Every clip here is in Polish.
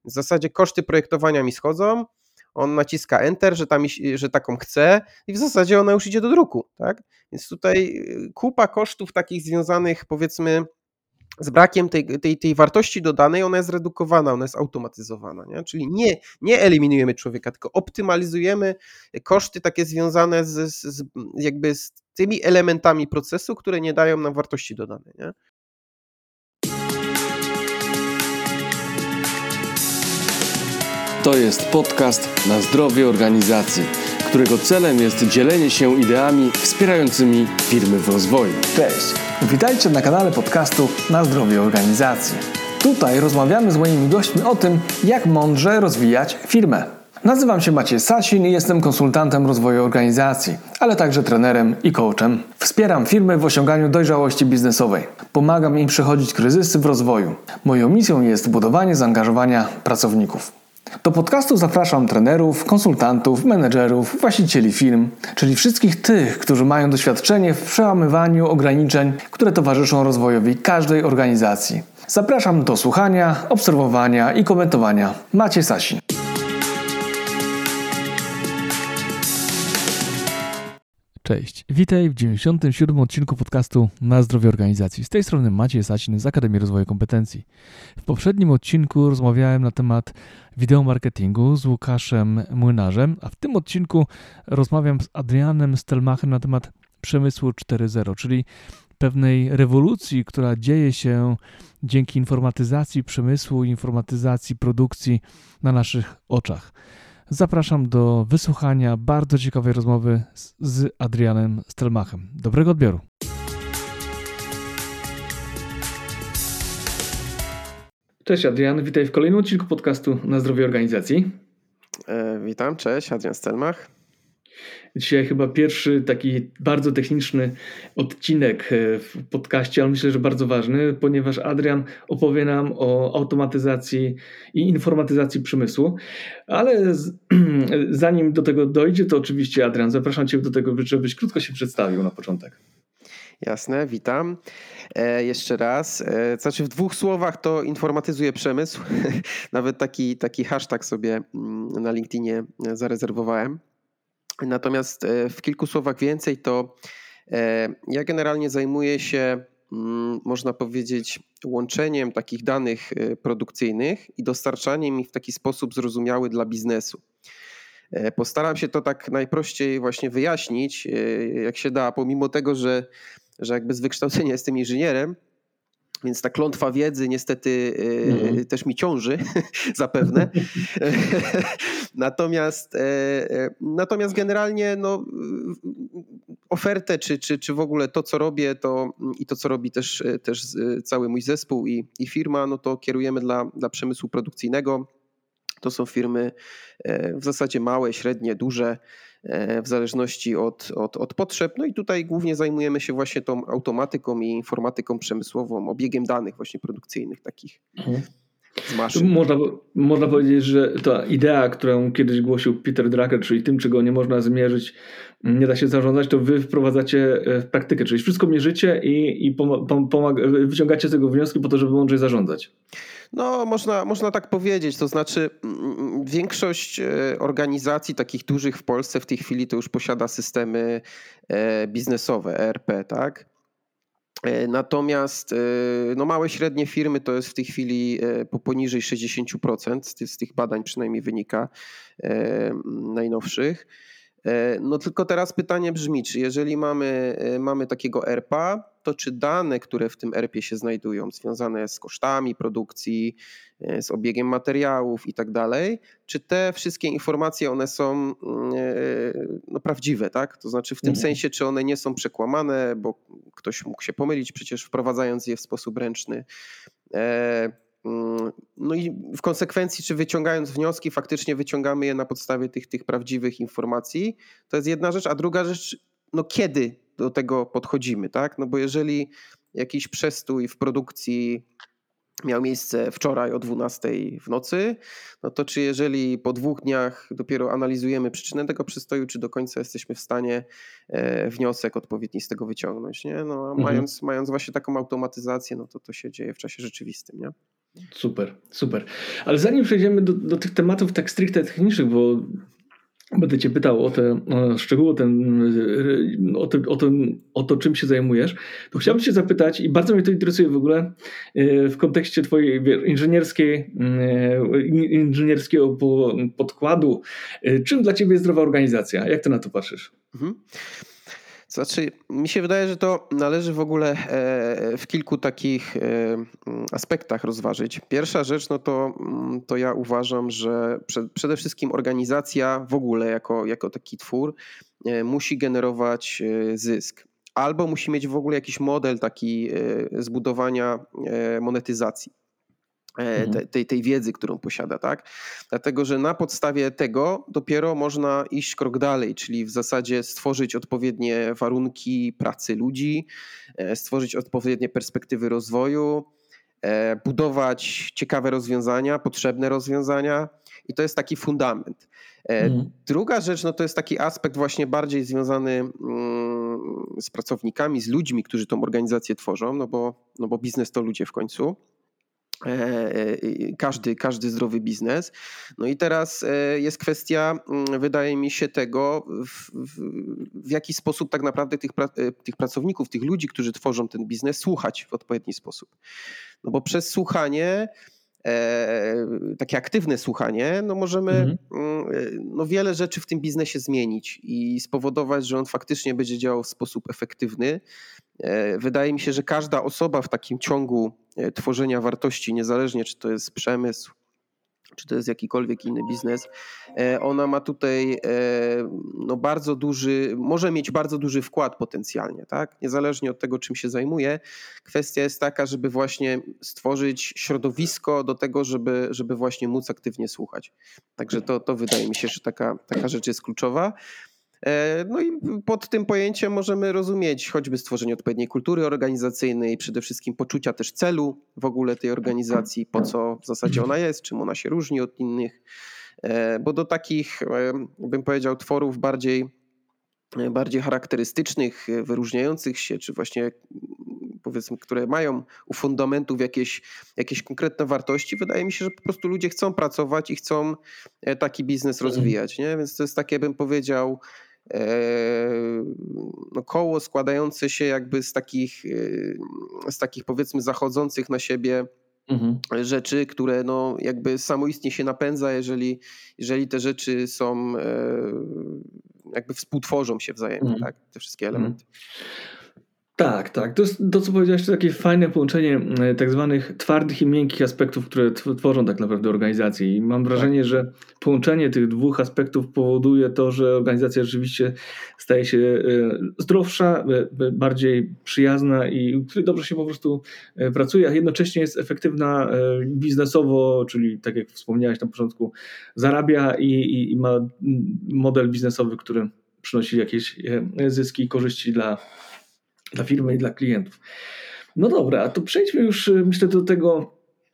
W zasadzie koszty projektowania mi schodzą, on naciska Enter, że taką chce i w zasadzie ona już idzie do druku, tak? Więc tutaj kupa kosztów takich związanych, powiedzmy, z brakiem tej wartości dodanej, ona jest redukowana, ona jest automatyzowana, nie? Czyli nie eliminujemy człowieka, tylko optymalizujemy koszty takie związane jakby z tymi elementami procesu, które nie dają nam wartości dodanej, nie? To jest podcast na zdrowie organizacji, którego celem jest dzielenie się ideami wspierającymi firmy w rozwoju. Cześć, witajcie na kanale podcastu Na zdrowie organizacji. Tutaj rozmawiamy z moimi gośćmi o tym, jak mądrze rozwijać firmę. Nazywam się Maciej Sasin i jestem konsultantem rozwoju organizacji, ale także trenerem i coachem. Wspieram firmy w osiąganiu dojrzałości biznesowej. Pomagam im przechodzić kryzysy w rozwoju. Moją misją jest budowanie zaangażowania pracowników. Do podcastu zapraszam trenerów, konsultantów, menedżerów, właścicieli firm, czyli wszystkich tych, którzy mają doświadczenie w przełamywaniu ograniczeń, które towarzyszą rozwojowi każdej organizacji. Zapraszam do słuchania, obserwowania i komentowania. Maciej Sasin. Cześć, witaj w 97. odcinku podcastu Na zdrowie organizacji. Z tej strony Maciej Sasin z Akademii Rozwoju Kompetencji. W poprzednim odcinku rozmawiałem na temat wideomarketingu z Łukaszem Młynarzem, a w tym odcinku rozmawiam z Adrianem Stelmachem na temat przemysłu 4.0, czyli pewnej rewolucji, która dzieje się dzięki informatyzacji przemysłu, informatyzacji produkcji na naszych oczach. Zapraszam do wysłuchania bardzo ciekawej rozmowy z Adrianem Stelmachem. Dobrego odbioru. Cześć Adrian, witaj w kolejnym odcinku podcastu Na zdrowie organizacji. Witam, cześć, Adrian Stelmach. Dzisiaj chyba pierwszy taki bardzo techniczny odcinek w podcaście, ale myślę, że bardzo ważny, ponieważ Adrian opowie nam o automatyzacji i informatyzacji przemysłu. Ale zanim do tego dojdzie, to oczywiście Adrian, zapraszam Cię do tego, żebyś krótko się przedstawił na początek. Jasne, witam. Jeszcze raz. Znaczy w dwóch słowach to informatyzuje przemysł. Nawet taki hashtag sobie na LinkedInie zarezerwowałem. Natomiast w kilku słowach więcej to ja generalnie zajmuję się, można powiedzieć, łączeniem takich danych produkcyjnych i dostarczaniem ich w taki sposób zrozumiały dla biznesu. Postaram się to tak najprościej właśnie wyjaśnić, jak się da, pomimo tego, że jakby z wykształcenia jestem inżynierem, więc ta klątwa wiedzy niestety też mi ciąży zapewne. Natomiast generalnie ofertę czy w ogóle to, co robię, i to, co robi też cały mój zespół i firma, no to kierujemy dla przemysłu produkcyjnego. To są firmy w zasadzie małe, średnie, duże, w zależności od potrzeb. No i tutaj głównie zajmujemy się właśnie tą automatyką i informatyką przemysłową, obiegiem danych właśnie produkcyjnych takich z maszyn. Można powiedzieć, że ta idea, którą kiedyś głosił Peter Drucker, czyli tym, czego nie można zmierzyć, nie da się zarządzać, to wy wprowadzacie w praktykę, czyli wszystko mierzycie i wyciągacie z tego wnioski po to, żeby mądrzej zarządzać. No, można tak powiedzieć, to znaczy większość organizacji takich dużych w Polsce w tej chwili to już posiada systemy biznesowe, ERP, tak? Natomiast małe, średnie firmy to jest w tej chwili poniżej 60%, z tych badań przynajmniej wynika najnowszych. No tylko teraz pytanie brzmi, czy jeżeli mamy takiego ERP-a, to czy dane, które w tym ERP-ie się znajdują, związane z kosztami produkcji, z obiegiem materiałów i tak dalej, czy te wszystkie informacje one są prawdziwe, tak? To znaczy w tym sensie, czy one nie są przekłamane, bo ktoś mógł się pomylić przecież wprowadzając je w sposób ręczny. No i w konsekwencji, czy wyciągając wnioski, faktycznie wyciągamy je na podstawie tych prawdziwych informacji. To jest jedna rzecz, a druga rzecz, kiedy do tego podchodzimy, tak? No bo jeżeli jakiś przestój w produkcji miał miejsce wczoraj o 12 w nocy, no to czy jeżeli po 2 dniach dopiero analizujemy przyczynę tego przystoju, czy do końca jesteśmy w stanie wniosek odpowiedni z tego wyciągnąć, nie? No a mając właśnie taką automatyzację, no to się dzieje w czasie rzeczywistym, nie? Super, super. Ale zanim przejdziemy do tych tematów tak stricte technicznych, bo będę cię pytał o szczegóły, o to, czym się zajmujesz, to chciałbym cię zapytać, i bardzo mnie to interesuje w ogóle w kontekście twojej inżynierskiego podkładu. Czym dla ciebie jest zdrowa organizacja? Jak ty na to patrzysz? Znaczy, mi się wydaje, że to należy w ogóle w kilku takich aspektach rozważyć. Pierwsza rzecz, no to ja uważam, że przede wszystkim organizacja w ogóle jako taki twór musi generować zysk. Albo musi mieć w ogóle jakiś model taki zbudowania monetyzacji tej wiedzy, którą posiada, tak? Dlatego, że na podstawie tego dopiero można iść krok dalej, czyli w zasadzie stworzyć odpowiednie warunki pracy ludzi, stworzyć odpowiednie perspektywy rozwoju, budować ciekawe rozwiązania, potrzebne rozwiązania i to jest taki fundament. Druga rzecz, no to jest taki aspekt właśnie bardziej związany z pracownikami, z ludźmi, którzy tą organizację tworzą, no bo biznes to ludzie w końcu. Każdy zdrowy biznes. No i teraz jest kwestia, wydaje mi się, tego, w jaki sposób tak naprawdę tych pracowników, tych ludzi, którzy tworzą ten biznes, słuchać w odpowiedni sposób. No bo przez słuchanie, takie aktywne słuchanie, no możemy wiele rzeczy w tym biznesie zmienić i spowodować, że on faktycznie będzie działał w sposób efektywny. Wydaje mi się, że każda osoba w takim ciągu tworzenia wartości, niezależnie czy to jest przemysł, czy to jest jakikolwiek inny biznes, ona ma tutaj może mieć bardzo duży wkład potencjalnie, tak? Niezależnie od tego, czym się zajmuje. Kwestia jest taka, żeby właśnie stworzyć środowisko do tego, żeby właśnie móc aktywnie słuchać. Także to wydaje mi się, że taka rzecz jest kluczowa. No i pod tym pojęciem możemy rozumieć choćby stworzenie odpowiedniej kultury organizacyjnej, przede wszystkim poczucia też celu w ogóle tej organizacji, po co w zasadzie ona jest, czym ona się różni od innych, bo do takich, bym powiedział, tworów bardziej charakterystycznych, wyróżniających się, czy właśnie powiedzmy, które mają u fundamentów jakieś konkretne wartości, wydaje mi się, że po prostu ludzie chcą pracować i chcą taki biznes rozwijać, nie? Więc to jest takie, bym powiedział, koło składające się jakby z takich powiedzmy zachodzących na siebie rzeczy, które jakby samoistnie się napędza, jeżeli te rzeczy są jakby współtworzą się wzajemnie, tak? Te wszystkie elementy. Tak. To jest to, co powiedziałeś, to takie fajne połączenie tak zwanych twardych i miękkich aspektów, które tworzą tak naprawdę organizację. I mam wrażenie, że połączenie tych dwóch aspektów powoduje to, że organizacja rzeczywiście staje się zdrowsza, bardziej przyjazna i dobrze się po prostu pracuje, a jednocześnie jest efektywna biznesowo, czyli tak jak wspomniałeś na początku, zarabia i ma model biznesowy, który przynosi jakieś zyski i korzyści dla firmy i dla klientów. No dobra, to przejdźmy już, myślę, do tego,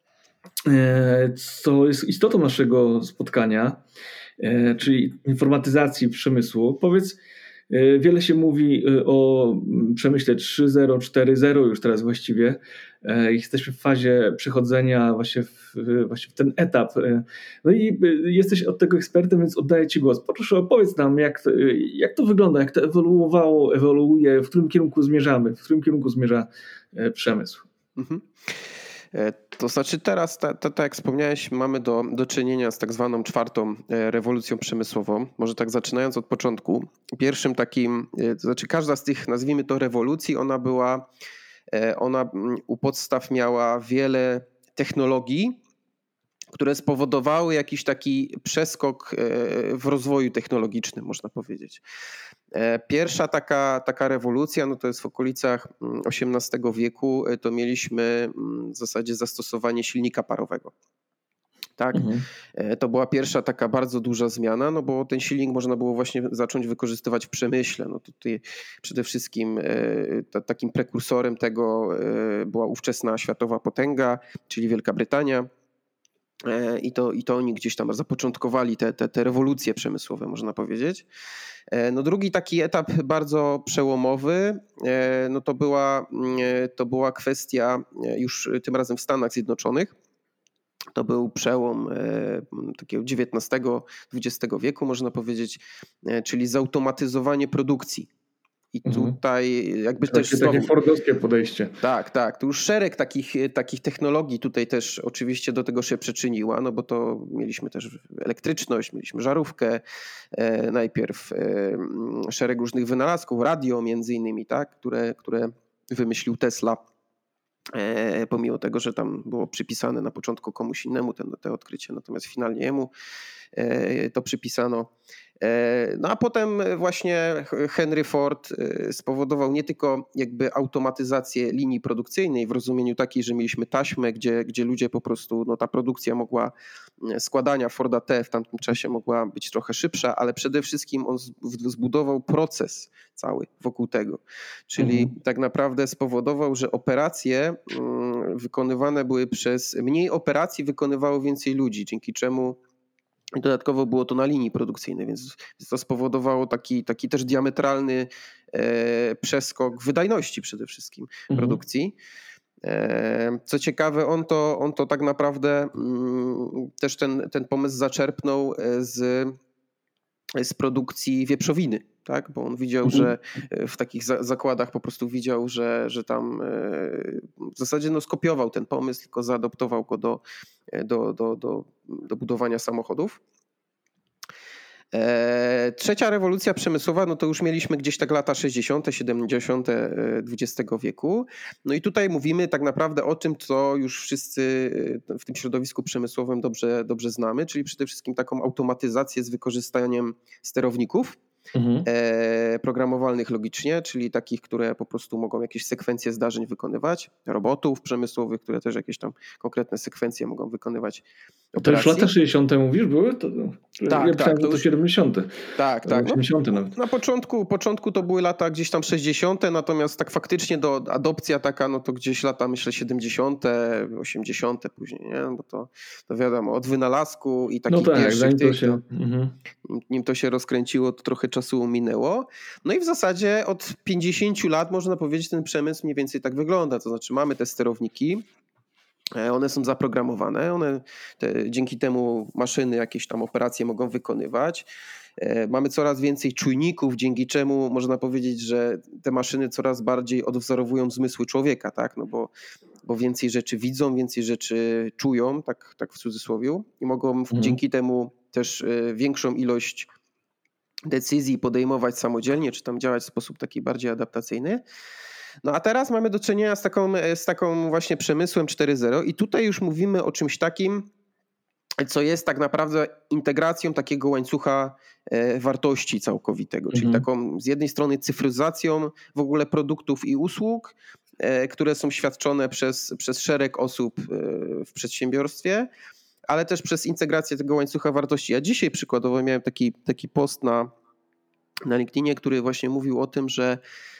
co jest istotą naszego spotkania, czyli informatyzacji przemysłu. Powiedz, wiele się mówi o przemyśle 3.0, 4.0 już teraz właściwie. Jesteśmy w fazie przechodzenia właśnie w ten etap. No i jesteś od tego ekspertem, więc oddaję Ci głos. Proszę, opowiedz nam, jak to wygląda, jak to ewoluuje, w którym kierunku zmierzamy, w którym kierunku zmierza przemysł. To znaczy teraz, tak jak wspomniałeś, mamy do czynienia z tak zwaną 4. rewolucją przemysłową. Może tak zaczynając od początku. Pierwszym takim, to znaczy każda z tych, nazwijmy to, rewolucji, ona u podstaw miała wiele technologii, które spowodowały jakiś taki przeskok w rozwoju technologicznym, można powiedzieć. Pierwsza taka rewolucja, no to jest w okolicach XVIII wieku, to mieliśmy w zasadzie zastosowanie silnika parowego. Tak? To była pierwsza taka bardzo duża zmiana, no bo ten silnik można było właśnie zacząć wykorzystywać w przemyśle. No tutaj przede wszystkim takim prekursorem tego była ówczesna światowa potęga, czyli Wielka Brytania. I to oni gdzieś tam zapoczątkowali te rewolucje przemysłowe, można powiedzieć. No drugi taki etap bardzo przełomowy, no to była kwestia już tym razem w Stanach Zjednoczonych, To był przełom takiego XIX-XX wieku, można powiedzieć, czyli zautomatyzowanie produkcji. I tutaj jakby też takie fordowskie podejście. Tak. Tu już szereg takich technologii tutaj też oczywiście do tego się przyczyniła, no bo to mieliśmy też elektryczność, mieliśmy żarówkę, najpierw szereg różnych wynalazków, radio między innymi, tak, które wymyślił Tesla. Pomimo tego, że tam było przypisane na początku komuś innemu te odkrycie, natomiast finalnie jemu to przypisano. No a potem właśnie Henry Ford spowodował nie tylko jakby automatyzację linii produkcyjnej w rozumieniu takiej, że mieliśmy taśmę, gdzie ludzie po prostu, no ta produkcja mogła, składania Forda T w tamtym czasie mogła być trochę szybsza, ale przede wszystkim on zbudował proces cały wokół tego. Czyli tak naprawdę spowodował, że operacje wykonywane były mniej operacji wykonywało więcej ludzi, dzięki czemu dodatkowo było to na linii produkcyjnej, więc to spowodowało taki też diametralny przeskok w wydajności przede wszystkim produkcji. Co ciekawe, on to tak naprawdę też ten pomysł zaczerpnął z produkcji wieprzowiny, tak? Bo on widział, że w takich zakładach po prostu widział, że tam w zasadzie skopiował ten pomysł, tylko zaadoptował go do budowania samochodów. Trzecia rewolucja przemysłowa, no to już mieliśmy gdzieś tak lata 60., 70. XX wieku. No i tutaj mówimy tak naprawdę o tym, co już wszyscy w tym środowisku przemysłowym dobrze znamy, czyli przede wszystkim taką automatyzację z wykorzystaniem sterowników programowalnych logicznie, czyli takich, które po prostu mogą jakieś sekwencje zdarzeń wykonywać, robotów przemysłowych, które też jakieś tam konkretne sekwencje mogą wykonywać operacji. To już lata 60. mówisz były? Tak, to 70. Tak. 80. nawet. Na początku to były lata gdzieś tam 60., natomiast tak faktycznie adopcja taka, no to gdzieś lata myślę 70., 80. później, nie? Bo to wiadomo, od wynalazku i takich pierwszych tych, nim to się rozkręciło, to trochę czasu minęło. No i w zasadzie od 50 lat można powiedzieć, ten przemysł mniej więcej tak wygląda, to znaczy mamy te sterowniki, one są zaprogramowane, dzięki temu maszyny jakieś tam operacje mogą wykonywać. Mamy coraz więcej czujników, dzięki czemu można powiedzieć, że te maszyny coraz bardziej odwzorowują zmysły człowieka, tak? No bo więcej rzeczy widzą, więcej rzeczy czują, tak w cudzysłowie, i mogą dzięki temu też większą ilość decyzji podejmować samodzielnie, czy tam działać w sposób taki bardziej adaptacyjny. No a teraz mamy do czynienia z taką właśnie przemysłem 4.0 i tutaj już mówimy o czymś takim, co jest tak naprawdę integracją takiego łańcucha wartości całkowitego, czyli taką z jednej strony cyfryzacją w ogóle produktów i usług, które są świadczone przez szereg osób w przedsiębiorstwie, ale też przez integrację tego łańcucha wartości. Ja dzisiaj przykładowo miałem taki post na LinkedInie, który właśnie mówił o tym, że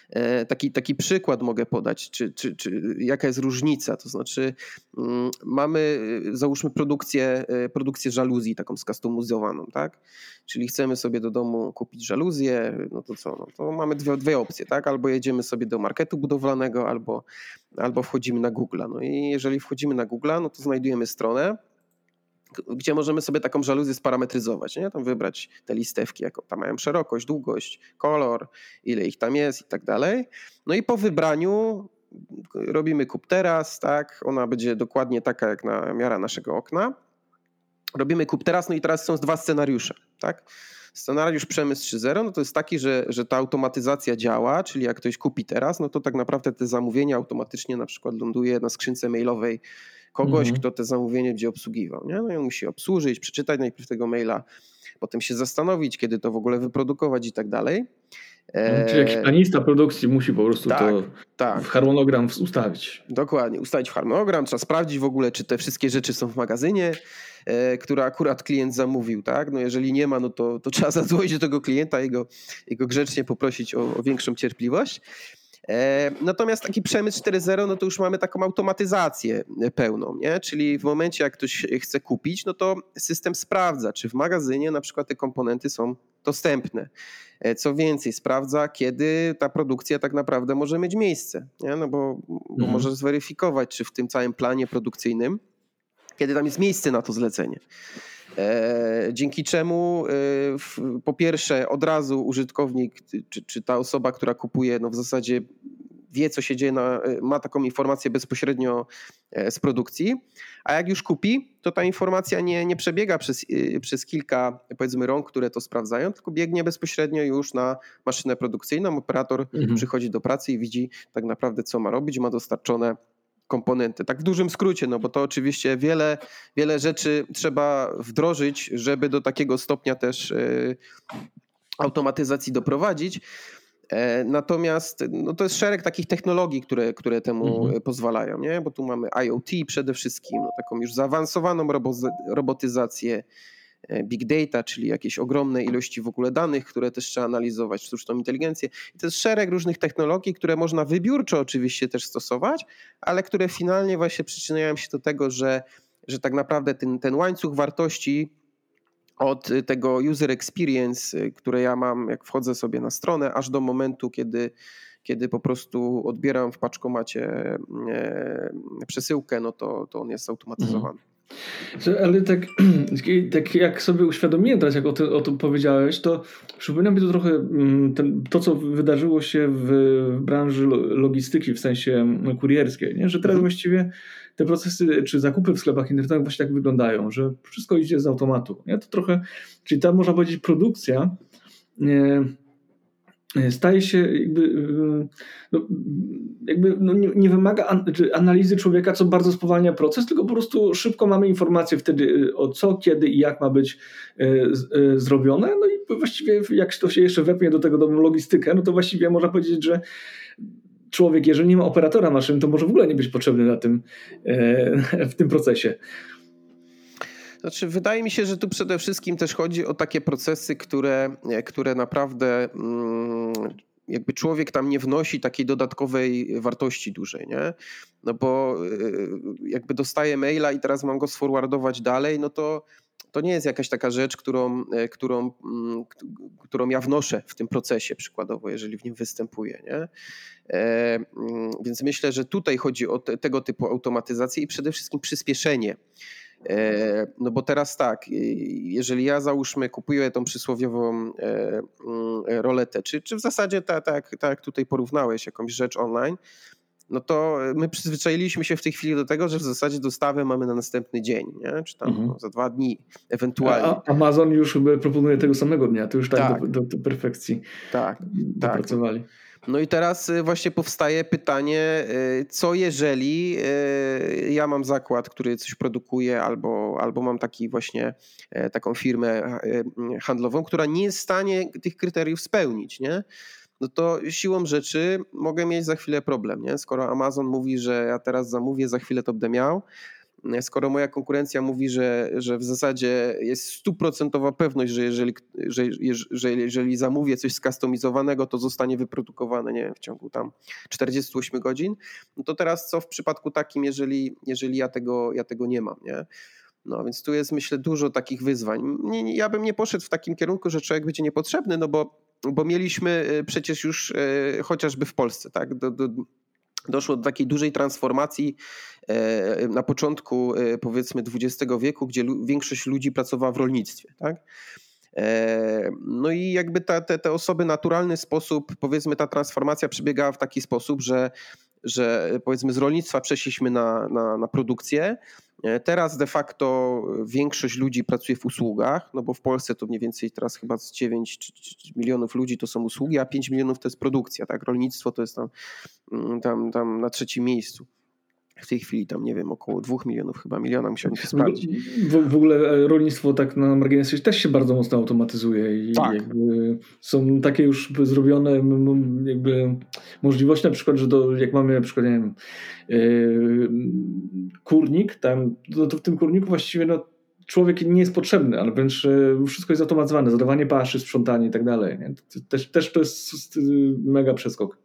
taki przykład mogę podać, czy jaka jest różnica. To znaczy mamy, załóżmy, produkcję żaluzji taką skustomizowaną, tak? Czyli chcemy sobie do domu kupić żaluzję, no to co? No to mamy dwie opcje, tak? Albo jedziemy sobie do marketu budowlanego, albo wchodzimy na Google'a. No i jeżeli wchodzimy na Google'a, no to znajdujemy stronę, gdzie możemy sobie taką żaluzję sparametryzować, nie? Tam wybrać te listewki, jaką tam mają szerokość, długość, kolor, ile ich tam jest i tak dalej. No i po wybraniu robimy kup teraz, tak? Ona będzie dokładnie taka jak miara naszego okna. Robimy kup teraz, no i teraz są dwa scenariusze, tak? Scenariusz przemysł 3.0, no to jest taki, że ta automatyzacja działa, czyli jak ktoś kupi teraz, no to tak naprawdę te zamówienie automatycznie na przykład ląduje na skrzynce mailowej kogoś, kto te zamówienie będzie obsługiwał. Nie? No i on musi obsłużyć, przeczytać najpierw tego maila, potem się zastanowić, kiedy to w ogóle wyprodukować i tak dalej. Czyli jakiś planista produkcji musi po prostu w harmonogram ustawić. Dokładnie, ustawić w harmonogram, trzeba sprawdzić w ogóle, czy te wszystkie rzeczy są w magazynie, które akurat klient zamówił. Tak? No jeżeli nie ma, no to trzeba zadzwonić do tego klienta i go grzecznie poprosić o większą cierpliwość. Natomiast taki przemysł 4.0, no to już mamy taką automatyzację pełną, nie? Czyli w momencie, jak ktoś chce kupić, no to system sprawdza, czy w magazynie na przykład te komponenty są dostępne. Co więcej, sprawdza, kiedy ta produkcja tak naprawdę może mieć miejsce, nie? No bo może zweryfikować, czy w tym całym planie produkcyjnym kiedy tam jest miejsce na to zlecenie. Dzięki czemu po pierwsze od razu użytkownik czy ta osoba, która kupuje, no w zasadzie wie, co się dzieje, ma taką informację bezpośrednio z produkcji, a jak już kupi, to ta informacja nie przebiega przez kilka, powiedzmy, rąk, które to sprawdzają, tylko biegnie bezpośrednio już na maszynę produkcyjną. Operator przychodzi do pracy i widzi tak naprawdę, co ma robić, ma dostarczone komponenty. Tak w dużym skrócie, no bo to oczywiście wiele rzeczy trzeba wdrożyć, żeby do takiego stopnia też automatyzacji doprowadzić. Natomiast no to jest szereg takich technologii, które temu pozwalają, nie? Bo tu mamy IoT przede wszystkim, no taką już zaawansowaną robotyzację, big data, czyli jakieś ogromne ilości w ogóle danych, które też trzeba analizować, sztuczną inteligencję. I to jest szereg różnych technologii, które można wybiórczo oczywiście też stosować, ale które finalnie właśnie przyczyniają się do tego, że tak naprawdę ten łańcuch wartości od tego user experience, które ja mam, jak wchodzę sobie na stronę, aż do momentu, kiedy po prostu odbieram w paczkomacie przesyłkę, no to on jest automatyzowany. Ale tak jak sobie uświadomiłem teraz, jak o tym powiedziałeś, to przypomina mi to trochę to, co wydarzyło się w branży logistyki, w sensie kurierskiej, nie? Że teraz właściwie te procesy czy zakupy w sklepach internetowych właśnie tak wyglądają, że wszystko idzie z automatu. Nie? To trochę, czyli ta, można powiedzieć, produkcja staje się nie wymaga analizy człowieka, co bardzo spowalnia proces, tylko po prostu szybko mamy informacje wtedy o co, kiedy i jak ma być zrobione. No i właściwie jak to się jeszcze wepnie do tego logistykę, no to właściwie można powiedzieć, że człowiek, jeżeli nie ma operatora maszyn, to może w ogóle nie być potrzebny w tym procesie. Znaczy, wydaje mi się, że tu przede wszystkim też chodzi o takie procesy, które naprawdę jakby człowiek tam nie wnosi takiej dodatkowej wartości dużej, nie? No bo jakby dostaję maila i teraz mam go sforwardować dalej, no to nie jest jakaś taka rzecz, którą ja wnoszę w tym procesie przykładowo, jeżeli w nim występuję, nie? Więc myślę, że tutaj chodzi o tego typu automatyzację i przede wszystkim przyspieszenie. No bo teraz tak, jeżeli ja załóżmy kupuję tą przysłowiową roletę, czy w zasadzie tak jak tutaj porównałeś jakąś rzecz online, no to my przyzwyczailiśmy się w tej chwili do tego, że w zasadzie dostawę mamy na następny dzień, nie? Czy tam za 2 dni ewentualnie. A Amazon już proponuje tego samego dnia, to już tak. Do perfekcji dopracowali. Tak. No i teraz właśnie powstaje pytanie, co jeżeli ja mam zakład, który coś produkuje, albo mam taką firmę handlową, która nie jest w stanie tych kryteriów spełnić, nie? No to siłą rzeczy mogę mieć za chwilę problem, nie? Skoro Amazon mówi, że ja teraz zamówię, za chwilę to będę miał, skoro moja konkurencja mówi, że w zasadzie jest 100% pewność, że jeżeli zamówię coś skustomizowanego, to zostanie wyprodukowane, nie wiem, w ciągu tam 48 godzin, no to teraz co w przypadku takim, jeżeli ja tego nie mam, nie? No więc tu jest, myślę, dużo takich wyzwań. Ja bym nie poszedł w takim kierunku, że człowiek będzie niepotrzebny, no bo mieliśmy przecież już chociażby w Polsce, tak? Doszło do takiej dużej transformacji na początku, powiedzmy, XX wieku, gdzie większość ludzi pracowała w rolnictwie, tak? No i jakby te osoby w naturalny sposób, powiedzmy, ta transformacja przebiegała w taki sposób, że powiedzmy z rolnictwa przeszliśmy na produkcję. Teraz de facto większość ludzi pracuje w usługach, no bo w Polsce to mniej więcej teraz chyba z 9 milionów ludzi to są usługi, a 5 milionów to jest produkcja, tak? Rolnictwo to jest tam na 3. miejscu. W tej chwili tam, nie wiem, około 2 milionów, chyba miliona, musiałem się sprawdzić. W ogóle rolnictwo tak na marginesie też się bardzo mocno automatyzuje i jakby są takie już zrobione jakby możliwości, na przykład, że jak mamy na przykład, nie wiem, kurnik, tam, to w tym kurniku właściwie człowiek nie jest potrzebny, ale wręcz wszystko jest automatyzowane, zadawanie paszy, sprzątanie i tak dalej. Też to jest mega przeskok.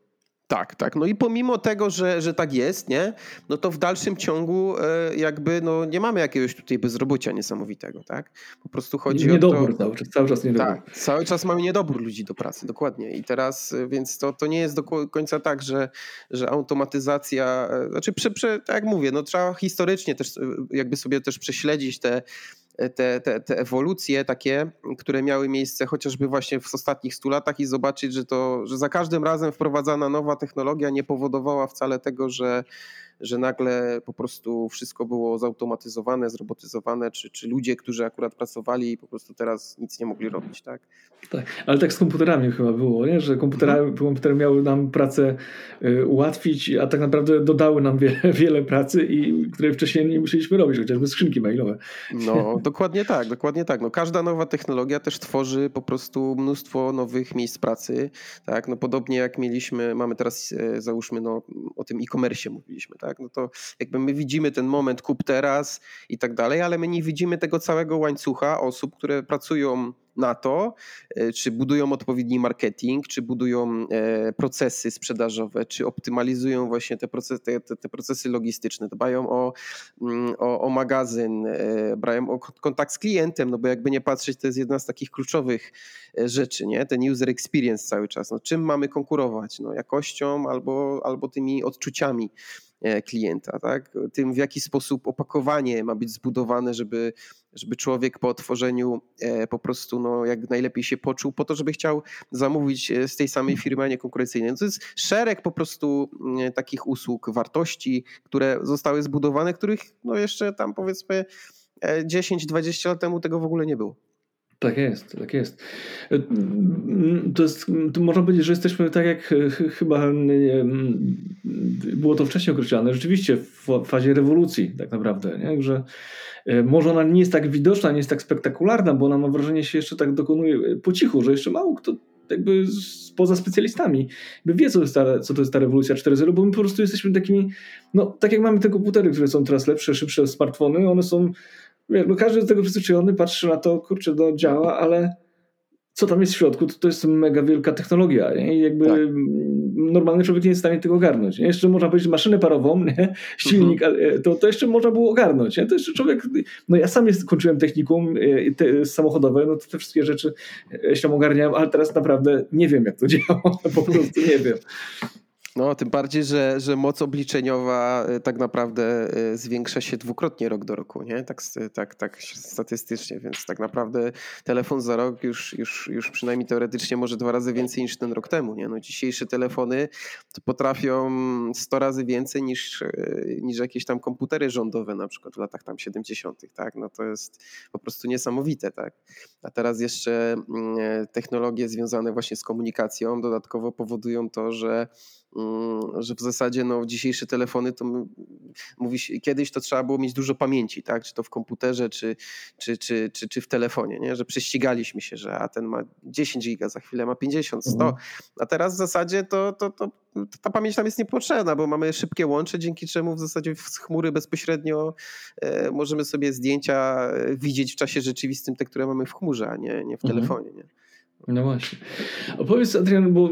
Tak. No i pomimo tego, że tak jest, nie? No to w dalszym ciągu jakby no nie mamy jakiegoś tutaj bezrobocia niesamowitego, tak? Po prostu chodzi o to... Niedobór cały czas niedobór. Tak, cały czas mamy niedobór ludzi do pracy, dokładnie. I teraz, więc to nie jest do końca tak, że automatyzacja, znaczy tak jak mówię, no trzeba historycznie też jakby sobie też prześledzić te ewolucje takie, które miały miejsce chociażby właśnie w ostatnich 100 latach i zobaczyć, że za każdym razem wprowadzana nowa technologia nie powodowała wcale tego, że nagle po prostu wszystko było zautomatyzowane, zrobotyzowane, czy ludzie, którzy akurat pracowali, po prostu teraz nic nie mogli robić, tak? Tak, ale tak z komputerami chyba było, nie? Że komputery miały nam pracę ułatwić, a tak naprawdę dodały nam wiele pracy, której wcześniej nie musieliśmy robić, chociażby skrzynki mailowe. No, dokładnie tak. No, każda nowa technologia też tworzy po prostu mnóstwo nowych miejsc pracy, tak? No, podobnie jak mamy teraz, załóżmy, no, o tym e-commerce mówiliśmy, tak? No to jakby my widzimy ten moment kup teraz i tak dalej, ale my nie widzimy tego całego łańcucha osób, które pracują na to, czy budują odpowiedni marketing, czy budują procesy sprzedażowe, czy optymalizują właśnie te procesy logistyczne, dbają o magazyn, dbają o kontakt z klientem, no bo jakby nie patrzeć, to jest jedna z takich kluczowych rzeczy, nie? Ten user experience cały czas. No, czym mamy konkurować? No, jakością albo tymi odczuciami klienta, tak? Tym, w jaki sposób opakowanie ma być zbudowane, żeby człowiek po otworzeniu po prostu no, jak najlepiej się poczuł, po to, żeby chciał zamówić z tej samej firmy, a nie konkurencyjnej. No to jest szereg po prostu takich usług, wartości, które zostały zbudowane, których no jeszcze tam powiedzmy 10-20 lat temu tego w ogóle nie było. Tak jest. To można powiedzieć, że jesteśmy tak jak chyba było to wcześniej określane, rzeczywiście w fazie rewolucji tak naprawdę, nie? Że może ona nie jest tak widoczna, nie jest tak spektakularna, bo ona, mam wrażenie, się jeszcze tak dokonuje po cichu, że jeszcze mało kto jakby poza specjalistami wie, co to jest ta rewolucja 4.0, bo my po prostu jesteśmy takimi, no tak jak mamy te komputery, które są teraz lepsze, szybsze, smartfony, one są, no każdy jest do tego przyzwyczajony, patrzy na to, kurczę, to działa, ale co tam jest w środku, to jest mega wielka technologia, nie? I jakby tak. Normalny człowiek nie jest w stanie tego ogarnąć. Nie? Jeszcze można powiedzieć maszynę parową, nie? Silnik, to jeszcze można było ogarnąć. Nie? To jeszcze człowiek, no ja sam kończyłem technikum samochodowe, no to te wszystkie rzeczy się ogarniałem, ale teraz naprawdę nie wiem, jak to działa, po prostu nie wiem. No, tym bardziej, że moc obliczeniowa tak naprawdę zwiększa się dwukrotnie rok do roku, nie? Tak statystycznie, więc tak naprawdę telefon za rok już przynajmniej teoretycznie może 2 razy więcej niż ten rok temu, nie? No, dzisiejsze telefony to potrafią 100 razy więcej niż jakieś tam komputery rządowe na przykład w latach tam 70., tak? No to jest po prostu niesamowite, tak? A teraz jeszcze technologie związane właśnie z komunikacją dodatkowo powodują to, że w zasadzie no, dzisiejsze telefony to kiedyś to trzeba było mieć dużo pamięci, tak? Czy to w komputerze, czy w telefonie, nie? Że prześcigaliśmy się, że a ten ma 10 giga, za chwilę ma 50, 100, a teraz w zasadzie to ta pamięć tam jest niepotrzebna, bo mamy szybkie łącze, dzięki czemu w zasadzie z chmury bezpośrednio możemy sobie zdjęcia widzieć w czasie rzeczywistym, te, które mamy w chmurze, a nie w telefonie, nie? No właśnie. Opowiedz, Adrian, bo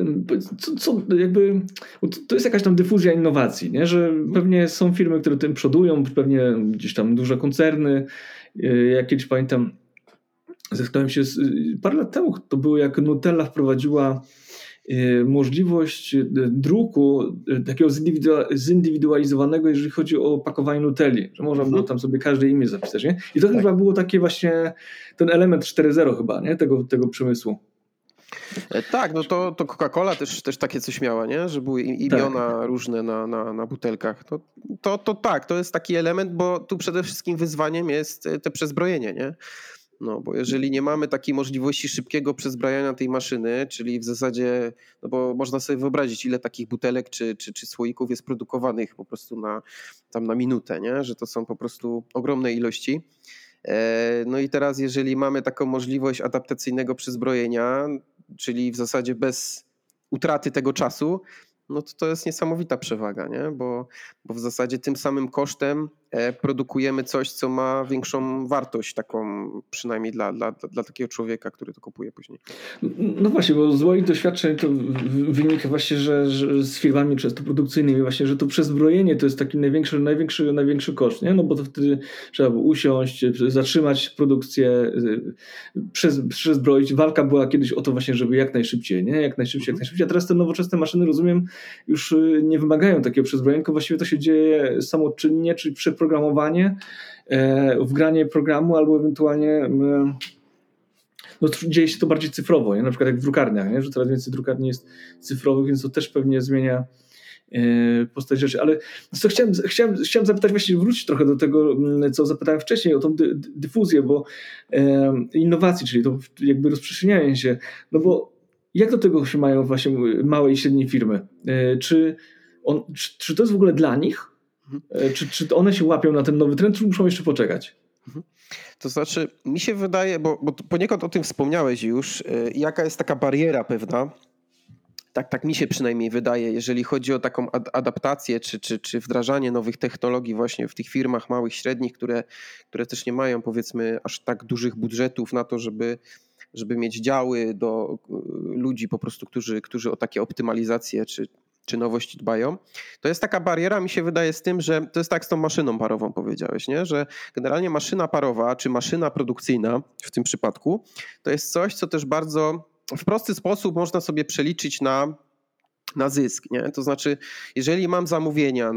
co jakby, to jest jakaś tam dyfuzja innowacji, nie? Że pewnie są firmy, które tym przodują, pewnie gdzieś tam duże koncerny. Jak kiedyś pamiętam, zetknąłem się parę lat temu, to było jak Nutella wprowadziła możliwość druku takiego zindywidualizowanego, jeżeli chodzi o pakowanie Nutelli, że można było tam sobie każde imię zapisać, nie? I to chyba było takie właśnie ten element 4.0 chyba, nie? Tego przemysłu. Tak, no to Coca-Cola też takie coś miała, nie? Że były imiona różne na butelkach. To tak, to jest taki element, bo tu przede wszystkim wyzwaniem jest te przezbrojenie, nie? No, bo jeżeli nie mamy takiej możliwości szybkiego przezbrajania tej maszyny, czyli w zasadzie, no bo można sobie wyobrazić, ile takich butelek czy słoików jest produkowanych po prostu na minutę, nie? Że to są po prostu ogromne ilości. No i teraz jeżeli mamy taką możliwość adaptacyjnego przezbrojenia, czyli w zasadzie bez utraty tego czasu, no to jest niesamowita przewaga, nie? Bo w zasadzie tym samym kosztem produkujemy coś, co ma większą wartość, taką przynajmniej dla takiego człowieka, który to kupuje później. No właśnie, bo z moich doświadczeń to wynika właśnie, że z firmami często produkcyjnymi właśnie, że to przezbrojenie to jest taki największy koszt, nie? No bo to wtedy trzeba było usiąść, zatrzymać produkcję, przezbroić. Walka była kiedyś o to właśnie, żeby jak najszybciej, nie? Jak najszybciej. A teraz te nowoczesne maszyny, rozumiem, już nie wymagają takiego przezbrojenia, tylko właściwie to się dzieje samoczynnie, czyli przeprogramowanie, wgranie programu albo ewentualnie no, dzieje się to bardziej cyfrowo, nie? Na przykład jak w drukarniach, nie? Że coraz więcej drukarni jest cyfrowych, więc to też pewnie zmienia postać rzeczy. Ale co chciałem zapytać, właśnie wrócić trochę do tego, co zapytałem wcześniej, o tą dyfuzję, bo innowacji, czyli to jakby rozprzestrzenianie się, no bo jak do tego się mają właśnie małe i średnie firmy? Czy to jest w ogóle dla nich? Czy one się łapią na ten nowy trend, czy muszą jeszcze poczekać? To znaczy, mi się wydaje, bo poniekąd o tym wspomniałeś już, jaka jest taka bariera pewna, tak mi się przynajmniej wydaje, jeżeli chodzi o taką adaptację czy wdrażanie nowych technologii właśnie w tych firmach małych, średnich, które też nie mają powiedzmy aż tak dużych budżetów na to, żeby mieć działy do ludzi po prostu, którzy o takie optymalizacje czy nowości dbają. To jest taka bariera, mi się wydaje, z tym, że to jest tak z tą maszyną parową powiedziałeś, nie? Że generalnie maszyna parowa czy maszyna produkcyjna w tym przypadku to jest coś, co też bardzo w prosty sposób można sobie przeliczyć na zysk, nie? To znaczy, jeżeli mam zamówienia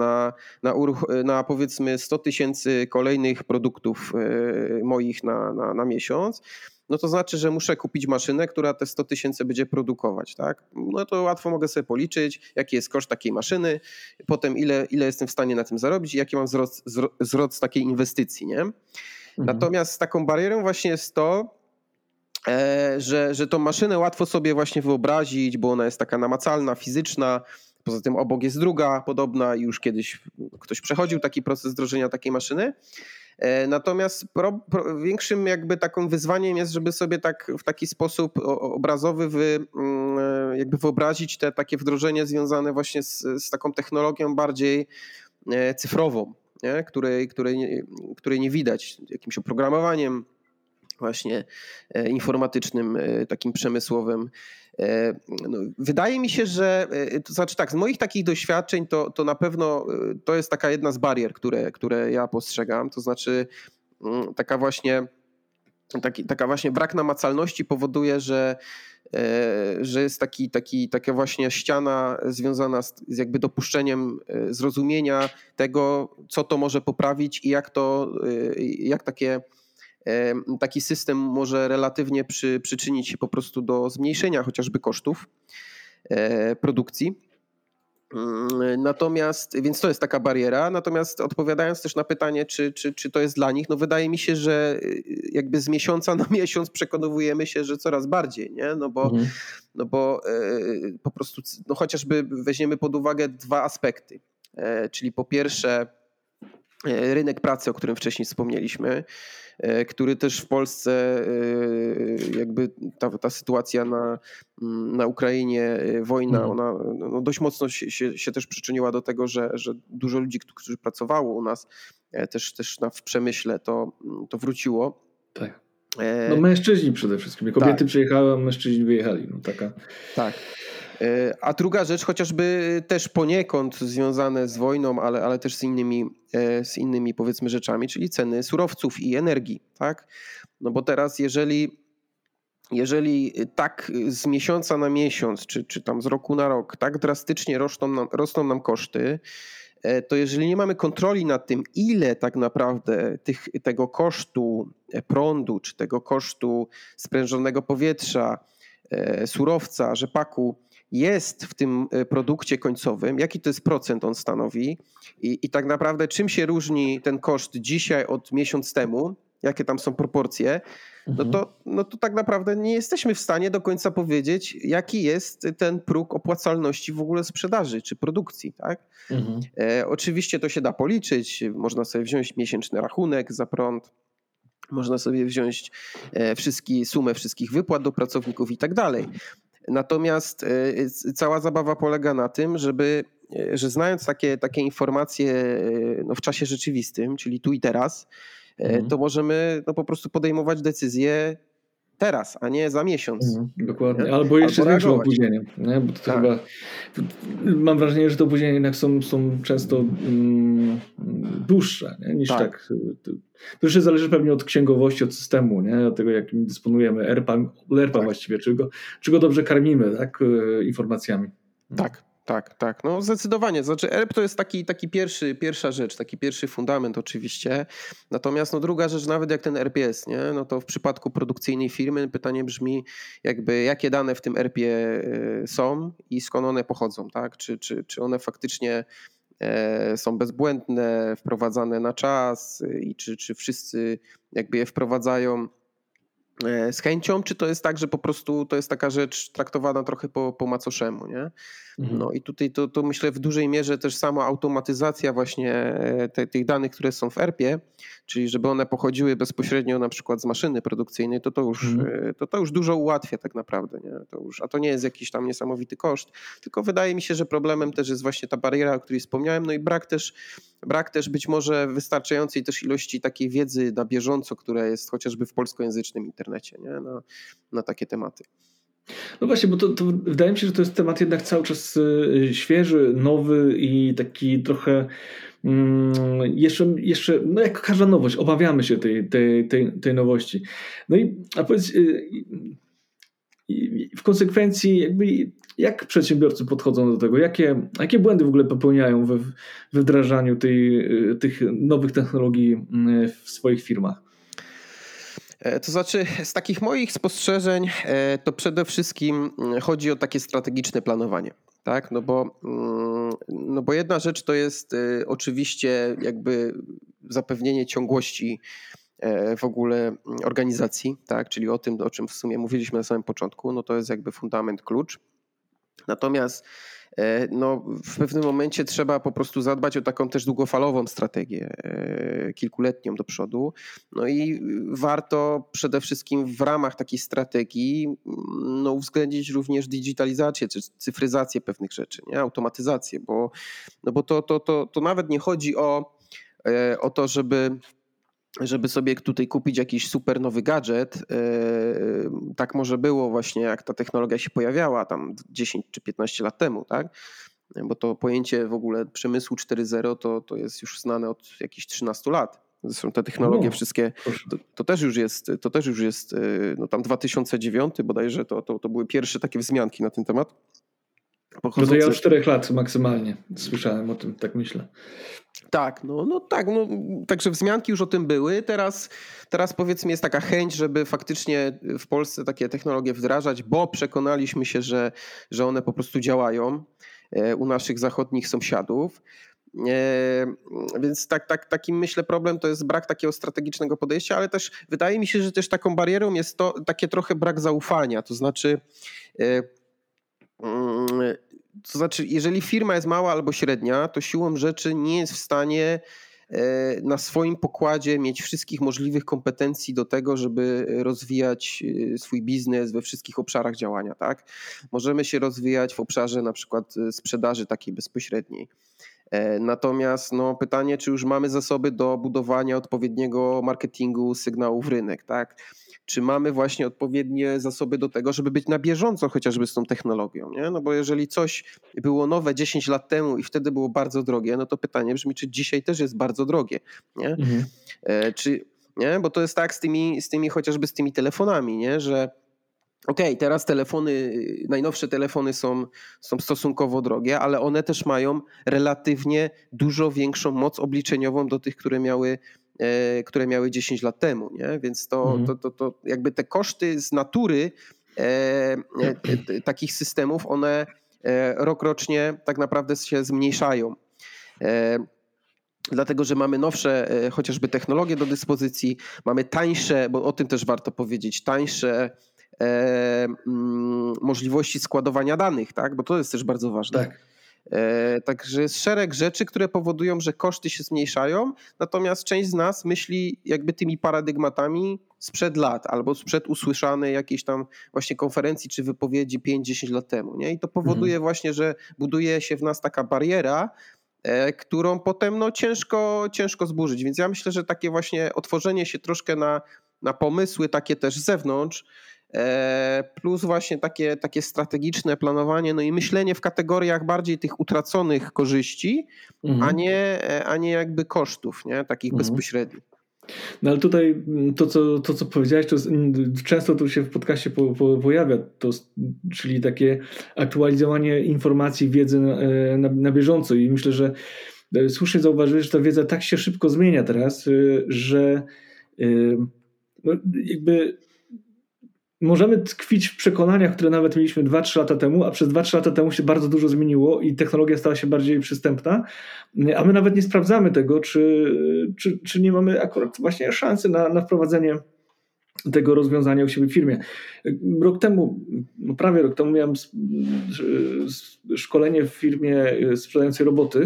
na powiedzmy 100 000 kolejnych produktów moich na miesiąc, no to znaczy, że muszę kupić maszynę, która te 100 000 będzie produkować, tak? No to łatwo mogę sobie policzyć, jaki jest koszt takiej maszyny, potem ile jestem w stanie na tym zarobić i jaki mam wzrost takiej inwestycji, nie? Natomiast taką barierą właśnie jest to, że tą maszynę łatwo sobie właśnie wyobrazić, bo ona jest taka namacalna, fizyczna. Poza tym obok jest druga podobna i już kiedyś ktoś przechodził taki proces wdrożenia takiej maszyny. Natomiast większym jakby takim wyzwaniem jest, żeby sobie tak w taki sposób obrazowy jakby wyobrazić te takie wdrożenie związane właśnie z taką technologią bardziej cyfrową, nie? Której nie widać, jakimś oprogramowaniem właśnie informatycznym, takim przemysłowym. No, wydaje mi się, że to znaczy tak, z moich takich doświadczeń to na pewno to jest taka jedna z barier, które ja postrzegam, to znaczy taka właśnie brak namacalności powoduje, że jest taka właśnie ściana związana z jakby dopuszczeniem zrozumienia tego, co to może poprawić i jak taki system może relatywnie przyczynić się po prostu do zmniejszenia chociażby kosztów produkcji. Natomiast, więc to jest taka bariera. Natomiast odpowiadając też na pytanie, czy to jest dla nich, no wydaje mi się, że jakby z miesiąca na miesiąc przekonujemy się, że coraz bardziej, nie? No bo po prostu no chociażby weźmiemy pod uwagę dwa aspekty. Czyli po pierwsze rynek pracy, o którym wcześniej wspomnieliśmy, który też w Polsce jakby ta sytuacja na Ukrainie, wojna, ona no dość mocno się też przyczyniła do tego, że dużo ludzi, którzy pracowało u nas też w przemyśle, to wróciło. Tak. No mężczyźni przede wszystkim. Kobiety przyjechały, a mężczyźni wyjechali. No taka. Tak. A druga rzecz, chociażby też poniekąd związane z wojną, ale też z innymi powiedzmy rzeczami, czyli ceny surowców i energii, tak? No bo teraz jeżeli tak z miesiąca na miesiąc, czy tam z roku na rok tak drastycznie rosną nam koszty, to jeżeli nie mamy kontroli nad tym, ile tak naprawdę tego kosztu prądu, czy tego kosztu sprężonego powietrza, surowca, rzepaku jest w tym produkcie końcowym, jaki to jest procent on stanowi i tak naprawdę czym się różni ten koszt dzisiaj od miesiąc temu, jakie tam są proporcje, no to tak naprawdę nie jesteśmy w stanie do końca powiedzieć, jaki jest ten próg opłacalności w ogóle sprzedaży czy produkcji, tak? Oczywiście to się da policzyć, można sobie wziąć miesięczny rachunek za prąd, można sobie wziąć sumę wszystkich wypłat do pracowników i tak dalej. Natomiast cała zabawa polega na tym, żeby że znając takie informacje no, w czasie rzeczywistym, czyli tu i teraz, to możemy no, po prostu podejmować decyzje teraz, a nie za miesiąc. Dokładnie, Nie? albo jeszcze z większym reagować. opóźnieniem, nie? Bo to Tak. chyba, mam wrażenie, że te opóźnienia jednak są często dłuższe, nie? Niż tak. To jeszcze zależy pewnie od księgowości, od systemu, nie? Od tego, jakim dysponujemy, ERP-a właściwie, czy go dobrze karmimy, tak? Informacjami. Tak. No zdecydowanie. Znaczy ERP to jest taki pierwsza rzecz, taki pierwszy fundament oczywiście. Natomiast no druga rzecz, nawet jak ten ERP jest, nie? No to w przypadku produkcyjnej firmy pytanie brzmi jakby jakie dane w tym ERP-ie są i skąd one pochodzą, tak? Czy one faktycznie są bezbłędne, wprowadzane na czas i czy wszyscy jakby je wprowadzają z chęcią, czy to jest tak, że po prostu to jest taka rzecz traktowana trochę po macoszemu, nie? No i tutaj to myślę w dużej mierze też sama automatyzacja właśnie tych danych, które są w ERP-ie, czyli żeby one pochodziły bezpośrednio na przykład z maszyny produkcyjnej, to już dużo ułatwia tak naprawdę, nie? A to nie jest jakiś tam niesamowity koszt, tylko wydaje mi się, że problemem też jest właśnie ta bariera, o której wspomniałem, no i brak też być może wystarczającej też ilości takiej wiedzy na bieżąco, która jest chociażby w polskojęzycznym internecie, nie? Na takie tematy. No właśnie, bo to wydaje mi się, że to jest temat jednak cały czas świeży, nowy i taki trochę jeszcze no jak każda nowość, obawiamy się tej nowości. No a powiedz, w konsekwencji jakby jak przedsiębiorcy podchodzą do tego? Jakie błędy w ogóle popełniają we wdrażaniu tych nowych technologii w swoich firmach? To znaczy, z takich moich spostrzeżeń to przede wszystkim chodzi o takie strategiczne planowanie. Tak? No bo jedna rzecz to jest oczywiście jakby zapewnienie ciągłości w ogóle organizacji, tak? Czyli o tym, o czym w sumie mówiliśmy na samym początku, no to jest jakby fundament, klucz. Natomiast no, w pewnym momencie trzeba po prostu zadbać o taką też długofalową strategię, kilkuletnią do przodu. No i warto przede wszystkim w ramach takiej strategii no, uwzględnić również digitalizację czy cyfryzację pewnych rzeczy, nie? Automatyzację, bo to nawet nie chodzi o to, żeby sobie tutaj kupić jakiś super nowy gadżet. Tak może było właśnie, jak ta technologia się pojawiała tam 10 czy 15 lat temu, tak? Bo to pojęcie w ogóle przemysłu 4.0 to jest już znane od jakichś 13 lat. Zresztą te technologie wszystkie, to też już jest no tam 2009 bodajże, to były pierwsze takie wzmianki na ten temat. No to ja od 4 lat maksymalnie słyszałem o tym, tak myślę. Tak, także wzmianki już o tym były. Teraz powiedzmy jest taka chęć, żeby faktycznie w Polsce takie technologie wdrażać, bo przekonaliśmy się, że one po prostu działają u naszych zachodnich sąsiadów. Więc takim myślę problem to jest brak takiego strategicznego podejścia, ale też wydaje mi się, że też taką barierą jest to takie trochę brak zaufania. To znaczy, jeżeli firma jest mała albo średnia, to siłą rzeczy nie jest w stanie na swoim pokładzie mieć wszystkich możliwych kompetencji do tego, żeby rozwijać swój biznes we wszystkich obszarach działania. Tak? Możemy się rozwijać w obszarze na przykład sprzedaży takiej bezpośredniej. Natomiast pytanie, czy już mamy zasoby do budowania odpowiedniego marketingu, sygnału w rynek, tak? Czy mamy właśnie odpowiednie zasoby do tego, żeby być na bieżąco chociażby z tą technologią, nie? No bo jeżeli coś było nowe 10 lat temu i wtedy było bardzo drogie, no to pytanie brzmi, czy dzisiaj też jest bardzo drogie, nie? Nie? Bo to jest tak chociażby z tymi telefonami, nie? Że teraz najnowsze telefony są stosunkowo drogie, ale one też mają relatywnie dużo większą moc obliczeniową do tych, które miały 10 lat temu, nie? Więc to jakby te koszty z natury takich systemów, one rokrocznie tak naprawdę się zmniejszają. Dlatego, że mamy nowsze chociażby technologie do dyspozycji, mamy tańsze, bo o tym też warto powiedzieć, tańsze możliwości składowania danych, tak? Bo to jest też bardzo ważne. Tak. Także jest szereg rzeczy, które powodują, że koszty się zmniejszają, natomiast część z nas myśli jakby tymi paradygmatami sprzed lat albo sprzed usłyszanej jakiejś tam właśnie konferencji czy wypowiedzi 5-10 lat temu. Nie? I to powoduje właśnie, że buduje się w nas taka bariera, którą potem ciężko zburzyć. Więc ja myślę, że takie właśnie otworzenie się troszkę na pomysły takie też z zewnątrz, plus właśnie takie strategiczne planowanie, no i myślenie w kategoriach bardziej tych utraconych korzyści, a nie jakby kosztów, nie? Takich bezpośrednich. No ale tutaj to, co powiedziałeś, to często tu się w podcaście pojawia, czyli takie aktualizowanie informacji, wiedzy na bieżąco i myślę, że słusznie zauważyłeś, że ta wiedza tak się szybko zmienia teraz, że no jakby możemy tkwić w przekonaniach, które nawet mieliśmy 2-3 lata temu, a przez 2-3 lata temu się bardzo dużo zmieniło i technologia stała się bardziej przystępna, a my nawet nie sprawdzamy tego, czy nie mamy akurat właśnie szansy na wprowadzenie tego rozwiązania u siebie w firmie. Prawie rok temu miałem szkolenie w firmie sprzedającej roboty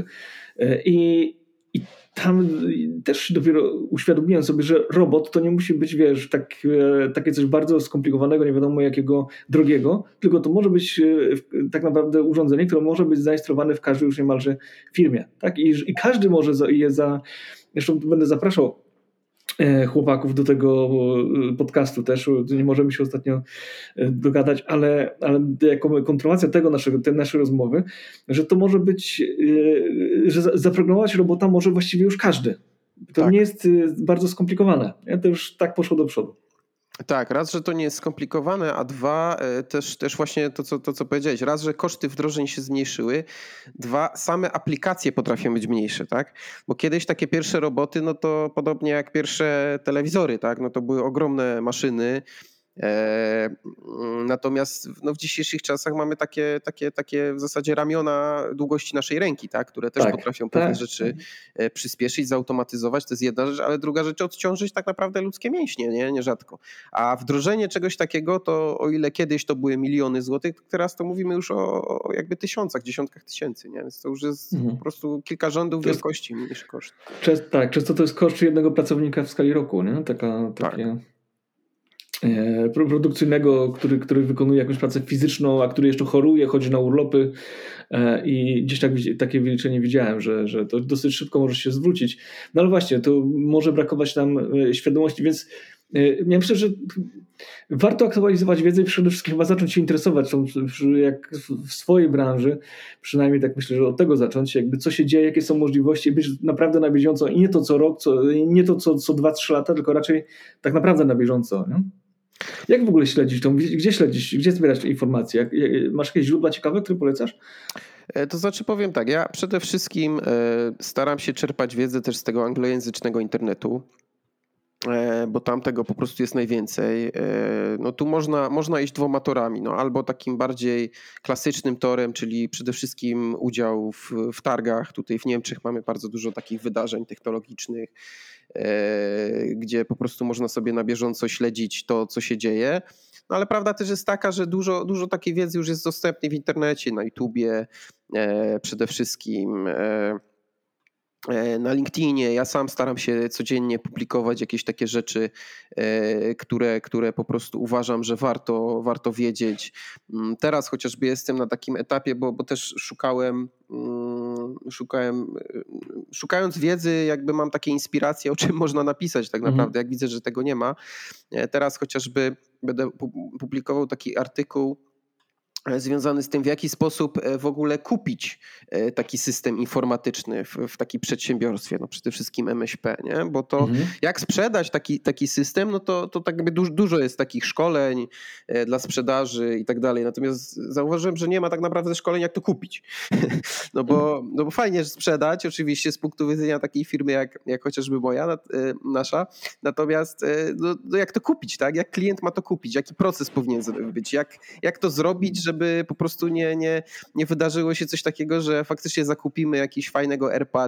i tam też dopiero uświadomiłem sobie, że robot to nie musi być, takie coś bardzo skomplikowanego, nie wiadomo jakiego, drogiego, tylko to może być tak naprawdę urządzenie, które może być zainstalowane w każdej już niemalże firmie. Tak? I każdy może zresztą będę zapraszał chłopaków do tego podcastu też, nie możemy się ostatnio dogadać, ale jako kontynuacja tej naszej rozmowy, że to może być, że zaprogramować robota może właściwie już każdy. To nie jest bardzo skomplikowane. To już tak poszło do przodu. Tak, raz, że to nie jest skomplikowane, a dwa, też właśnie to, co powiedziałeś. Raz, że koszty wdrożeń się zmniejszyły. Dwa, same aplikacje potrafią być mniejsze, tak? Bo kiedyś takie pierwsze roboty, no to podobnie jak pierwsze telewizory, tak? No to były ogromne maszyny. Natomiast w dzisiejszych czasach mamy takie w zasadzie ramiona długości naszej ręki, tak? Które też potrafią pewne rzeczy przyspieszyć, zautomatyzować, to jest jedna rzecz, ale druga rzecz odciążyć tak naprawdę ludzkie mięśnie, nierzadko. A wdrożenie czegoś takiego, to o ile kiedyś to były miliony złotych, teraz to mówimy już o jakby tysiącach, dziesiątkach tysięcy, nie? Więc to już jest po prostu kilka rządów wielkości mniejszy koszt. Często to jest koszt jednego pracownika w skali roku, nie? Takie produkcyjnego, który wykonuje jakąś pracę fizyczną, a który jeszcze choruje, chodzi na urlopy i gdzieś takie wyliczenie widziałem, że to dosyć szybko może się zwrócić. No ale właśnie, to może brakować nam świadomości, więc ja myślę, że warto aktualizować wiedzę i przede wszystkim chyba zacząć się interesować jak w swojej branży, przynajmniej tak myślę, że od tego zacząć, jakby co się dzieje, jakie są możliwości, być naprawdę na bieżąco i nie to co rok, nie to co 2-3 lata, tylko raczej tak naprawdę na bieżąco. Nie? Jak w ogóle śledzisz to? Gdzie śledzisz? Gdzie zbierasz informacje? Masz jakieś źródła ciekawe, które polecasz? To znaczy powiem tak, ja przede wszystkim staram się czerpać wiedzę też z tego anglojęzycznego internetu, bo tam tego po prostu jest najwięcej. No tu można iść dwoma torami, no albo takim bardziej klasycznym torem, czyli przede wszystkim udział w targach. Tutaj w Niemczech mamy bardzo dużo takich wydarzeń technologicznych, gdzie po prostu można sobie na bieżąco śledzić to, co się dzieje. No ale prawda też jest taka, że dużo takiej wiedzy już jest dostępnej w internecie, na YouTubie przede wszystkim, na LinkedInie. Ja sam staram się codziennie publikować jakieś takie rzeczy, które po prostu uważam, że warto wiedzieć. Teraz chociażby jestem na takim etapie, bo też szukając wiedzy, jakby mam takie inspiracje, o czym można napisać tak naprawdę, jak widzę, że tego nie ma. Teraz chociażby będę publikował taki artykuł związany z tym, w jaki sposób w ogóle kupić taki system informatyczny w takim przedsiębiorstwie, no przede wszystkim MŚP, nie? Bo to jak sprzedać taki system, no to tak jakby dużo jest takich szkoleń dla sprzedaży i tak dalej, natomiast zauważyłem, że nie ma tak naprawdę szkoleń, jak to kupić. No bo fajnie sprzedać, oczywiście z punktu widzenia takiej firmy jak chociażby nasza, natomiast no jak to kupić, tak? Jak klient ma to kupić, jaki proces powinien być, jak to zrobić, żeby po prostu nie wydarzyło się coś takiego, że faktycznie zakupimy jakiegoś fajnego ERP-a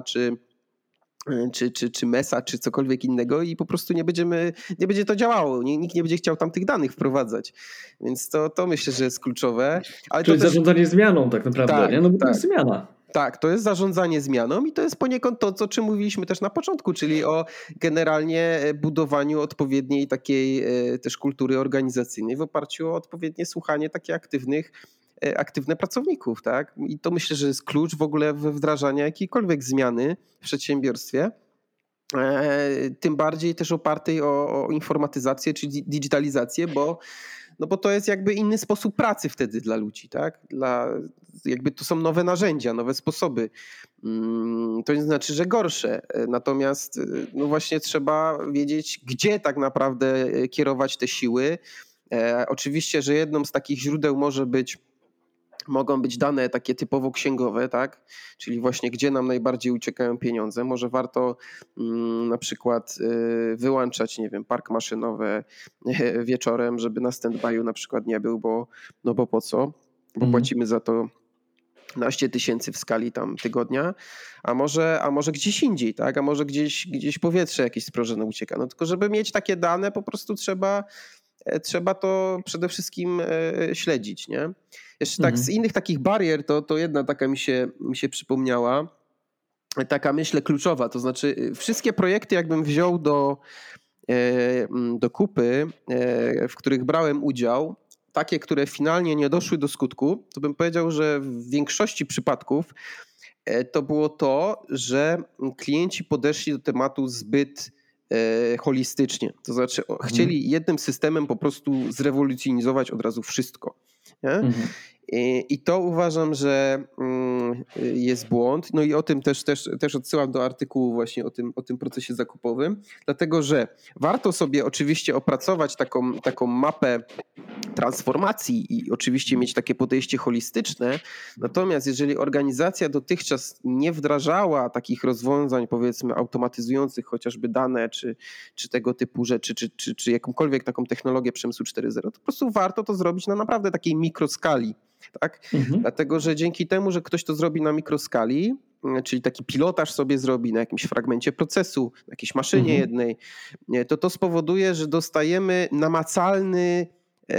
czy MES-a, czy cokolwiek innego i po prostu nie będzie to działało. Nikt nie będzie chciał tam tych danych wprowadzać. Więc to myślę, że jest kluczowe. Ale czyli to też zarządzanie zmianą tak naprawdę, tak, nie? No bo to tak. jest zmiana. Tak, to jest zarządzanie zmianą i to jest poniekąd to, o czym mówiliśmy też na początku, czyli o generalnie budowaniu odpowiedniej takiej też kultury organizacyjnej w oparciu o odpowiednie słuchanie takich aktywne pracowników, tak? I to myślę, że jest klucz w ogóle wdrażania jakiejkolwiek zmiany w przedsiębiorstwie. Tym bardziej też opartej o informatyzację czy digitalizację, bo to jest jakby inny sposób pracy wtedy dla ludzi, tak? Jakby to są nowe narzędzia, nowe sposoby. To nie znaczy, że gorsze. Natomiast no właśnie trzeba wiedzieć, gdzie tak naprawdę kierować te siły. Oczywiście, że jedną z takich źródeł mogą być dane takie typowo księgowe, tak? Czyli właśnie gdzie nam najbardziej uciekają pieniądze. Może warto na przykład wyłączać, nie wiem, park maszynowy wieczorem, żeby na stand-by'u na przykład nie był, bo po co? Bo płacimy za to naście tysięcy w skali tam tygodnia, a może gdzieś indziej, tak? A może gdzieś powietrze jakieś sprężone ucieka. No tylko żeby mieć takie dane, po prostu trzeba to przede wszystkim śledzić, nie? Jeszcze tak z innych takich barier to jedna taka mi się przypomniała, taka myślę kluczowa, to znaczy wszystkie projekty jakbym wziął do kupy, w których brałem udział, takie, które finalnie nie doszły do skutku, to bym powiedział, że w większości przypadków to było to, że klienci podeszli do tematu zbyt holistycznie. To znaczy chcieli jednym systemem po prostu zrewolucjonizować od razu wszystko. Nie? I to uważam, że jest błąd. No i o tym też odsyłam do artykułu właśnie o tym procesie zakupowym, dlatego że warto sobie oczywiście opracować taką mapę transformacji i oczywiście mieć takie podejście holistyczne. Natomiast jeżeli organizacja dotychczas nie wdrażała takich rozwiązań, powiedzmy, automatyzujących chociażby dane, czy tego typu rzeczy, czy jakąkolwiek taką technologię przemysłu 4.0, to po prostu warto to zrobić na naprawdę takiej mikroskali. Tak? Dlatego, że dzięki temu, że ktoś to zrobi na mikroskali, czyli taki pilotaż sobie zrobi na jakimś fragmencie procesu, na jakiejś maszynie jednej, to spowoduje, że dostajemy namacalny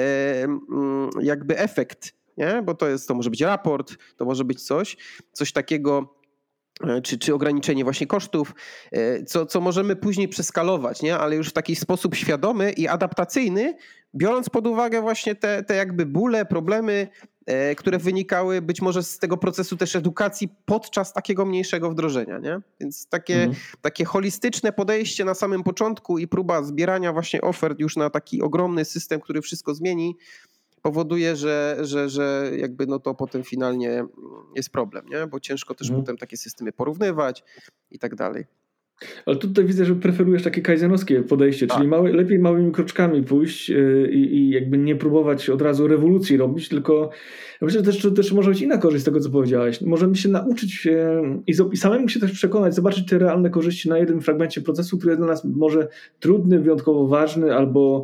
jakby efekt, nie? Bo to może być raport, to może być coś takiego, czy ograniczenie właśnie kosztów, co możemy później przeskalować, nie? Ale już w taki sposób świadomy i adaptacyjny, biorąc pod uwagę właśnie te jakby bóle, problemy, które wynikały być może z tego procesu też edukacji podczas takiego mniejszego wdrożenia, nie? Więc takie holistyczne podejście na samym początku i próba zbierania właśnie ofert już na taki ogromny system, który wszystko zmieni, powoduje, że jakby no to potem finalnie jest problem, nie? Bo ciężko też potem takie systemy porównywać i tak dalej. Ale tutaj widzę, że preferujesz takie kaizenowskie podejście, czyli lepiej małymi kroczkami pójść i jakby nie próbować od razu rewolucji robić, tylko ja myślę, że też może być inna korzyść z tego, co powiedziałeś. Możemy się nauczyć i samemu się też przekonać, zobaczyć te realne korzyści na jednym fragmencie procesu, który jest dla nas może trudny, wyjątkowo ważny, albo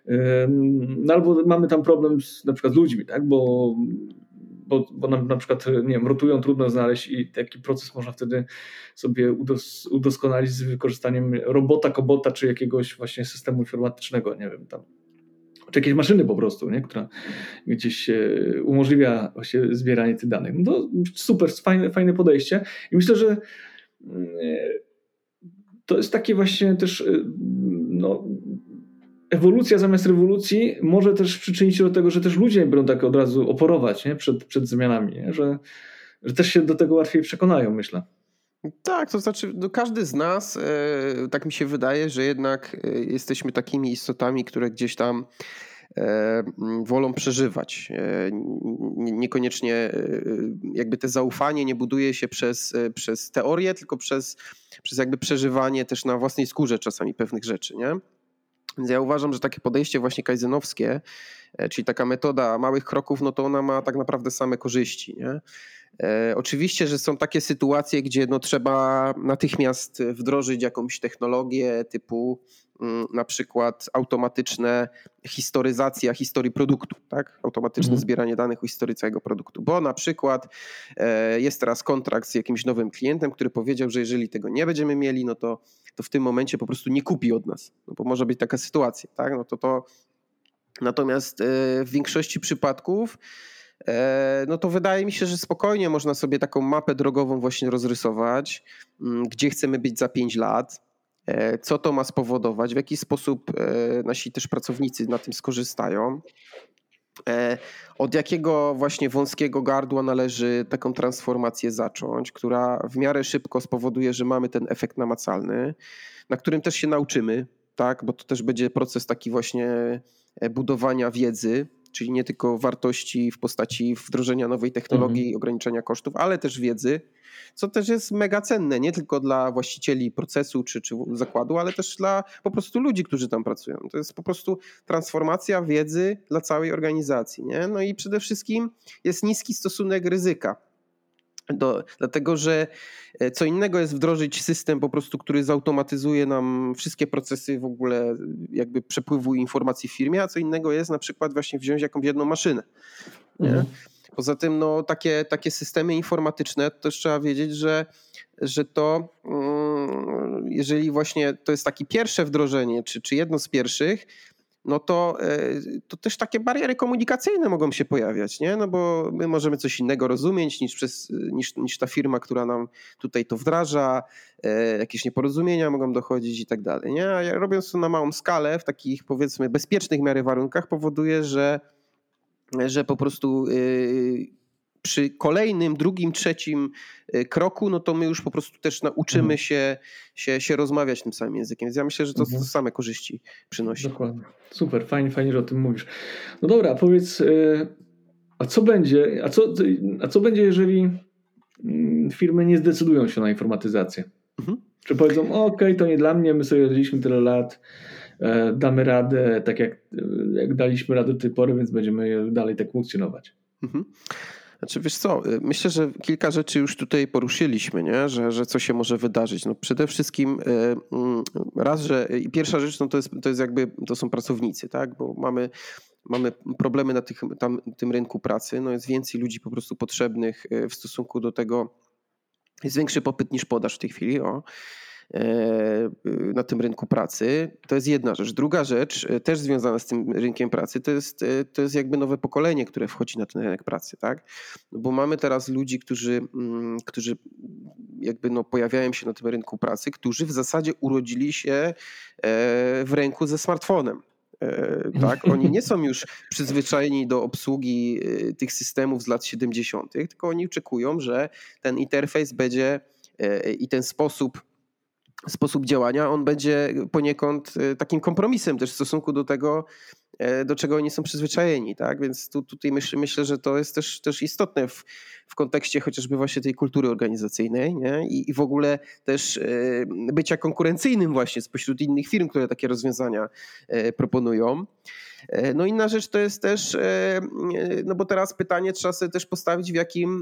mamy tam problem na przykład z ludźmi, tak? Bo nam na przykład, nie wiem, rotują, trudno znaleźć i taki proces można wtedy sobie udoskonalić z wykorzystaniem robota, kobota, czy jakiegoś właśnie systemu informatycznego, nie wiem, tam, czy jakiejś maszyny po prostu, nie? Która gdzieś umożliwia właśnie zbieranie tych danych. No to super, fajne podejście i myślę, że to jest takie właśnie też ewolucja zamiast rewolucji może też przyczynić się do tego, że też ludzie nie będą tak od razu oporować, nie? Przed zmianami, nie? Że też się do tego łatwiej przekonają, myślę. Tak, to znaczy każdy z nas, tak mi się wydaje, że jednak jesteśmy takimi istotami, które gdzieś tam wolą przeżywać. Niekoniecznie jakby te zaufanie nie buduje się przez teorię, tylko przez jakby przeżywanie też na własnej skórze czasami pewnych rzeczy, nie? Więc ja uważam, że takie podejście właśnie kaizenowskie, czyli taka metoda małych kroków, no to ona ma tak naprawdę same korzyści, nie? Oczywiście, że są takie sytuacje, gdzie no trzeba natychmiast wdrożyć jakąś technologię typu na przykład automatyczne historyzacja historii produktu, tak? Automatyczne zbieranie danych o historii całego produktu, bo na przykład jest teraz kontrakt z jakimś nowym klientem, który powiedział, że jeżeli tego nie będziemy mieli, no to w tym momencie po prostu nie kupi od nas, no bo może być taka sytuacja, tak? No to natomiast w większości przypadków no to wydaje mi się, że spokojnie można sobie taką mapę drogową właśnie rozrysować, gdzie chcemy być za 5 lat, co to ma spowodować, w jaki sposób nasi też pracownicy na tym skorzystają. Od jakiego właśnie wąskiego gardła należy taką transformację zacząć, która w miarę szybko spowoduje, że mamy ten efekt namacalny, na którym też się nauczymy, tak? Bo to też będzie proces taki właśnie budowania wiedzy, czyli nie tylko wartości w postaci wdrożenia nowej technologii, ograniczenia kosztów, ale też wiedzy, co też jest mega cenne, nie tylko dla właścicieli procesu czy zakładu, ale też dla po prostu ludzi, którzy tam pracują. To jest po prostu transformacja wiedzy dla całej organizacji, nie? No i przede wszystkim jest niski stosunek ryzyka. Dlatego, że co innego jest wdrożyć system po prostu, który zautomatyzuje nam wszystkie procesy w ogóle jakby przepływu informacji w firmie, a co innego jest na przykład właśnie wziąć jakąś jedną maszynę. Nie? Poza tym no, takie systemy informatyczne, to też trzeba wiedzieć, że to jeżeli właśnie to jest takie pierwsze wdrożenie, czy jedno z pierwszych, no to też takie bariery komunikacyjne mogą się pojawiać, nie? No bo my możemy coś innego rozumieć niż ta firma, która nam tutaj to wdraża, jakieś nieporozumienia mogą dochodzić i tak dalej, nie? A robiąc to na małą skalę, w takich powiedzmy bezpiecznych w miarę warunkach powoduje, że po prostu przy kolejnym, drugim, trzecim kroku, no to my już po prostu też nauczymy się rozmawiać tym samym językiem. Więc ja myślę, że to same korzyści przynosi. Dokładnie. Super, fajnie, że o tym mówisz. No dobra, powiedz, a co będzie, jeżeli firmy nie zdecydują się na informatyzację? Czy powiedzą, okej, to nie dla mnie, my sobie radziliśmy tyle lat, damy radę, tak jak daliśmy radę do tej pory, więc będziemy dalej tak funkcjonować. Znaczy wiesz co, myślę, że kilka rzeczy już tutaj poruszyliśmy, nie? Że co się może wydarzyć. No przede wszystkim raz, że i pierwsza rzecz no to jest jakby, to są pracownicy, tak? Bo mamy problemy na tym rynku pracy, no jest więcej ludzi po prostu potrzebnych w stosunku do tego, jest większy popyt niż podaż w tej chwili, na tym rynku pracy. To jest jedna rzecz. Druga rzecz, też związana z tym rynkiem pracy, to jest jakby nowe pokolenie, które wchodzi na ten rynek pracy, tak? No bo mamy teraz ludzi, którzy jakby no pojawiają się na tym rynku pracy, którzy w zasadzie urodzili się w ręku ze smartfonem. Tak? Oni nie są już przyzwyczajeni do obsługi tych systemów z lat 70., tylko oni oczekują, że ten interfejs będzie i ten sposób działania, on będzie poniekąd takim kompromisem też w stosunku do tego, do czego oni są przyzwyczajeni, tak? Więc tutaj myślę, że to jest też istotne w kontekście chociażby właśnie tej kultury organizacyjnej, nie? I w ogóle też bycia konkurencyjnym właśnie spośród innych firm, które takie rozwiązania proponują. No inna rzecz to jest też, no bo teraz pytanie trzeba sobie też postawić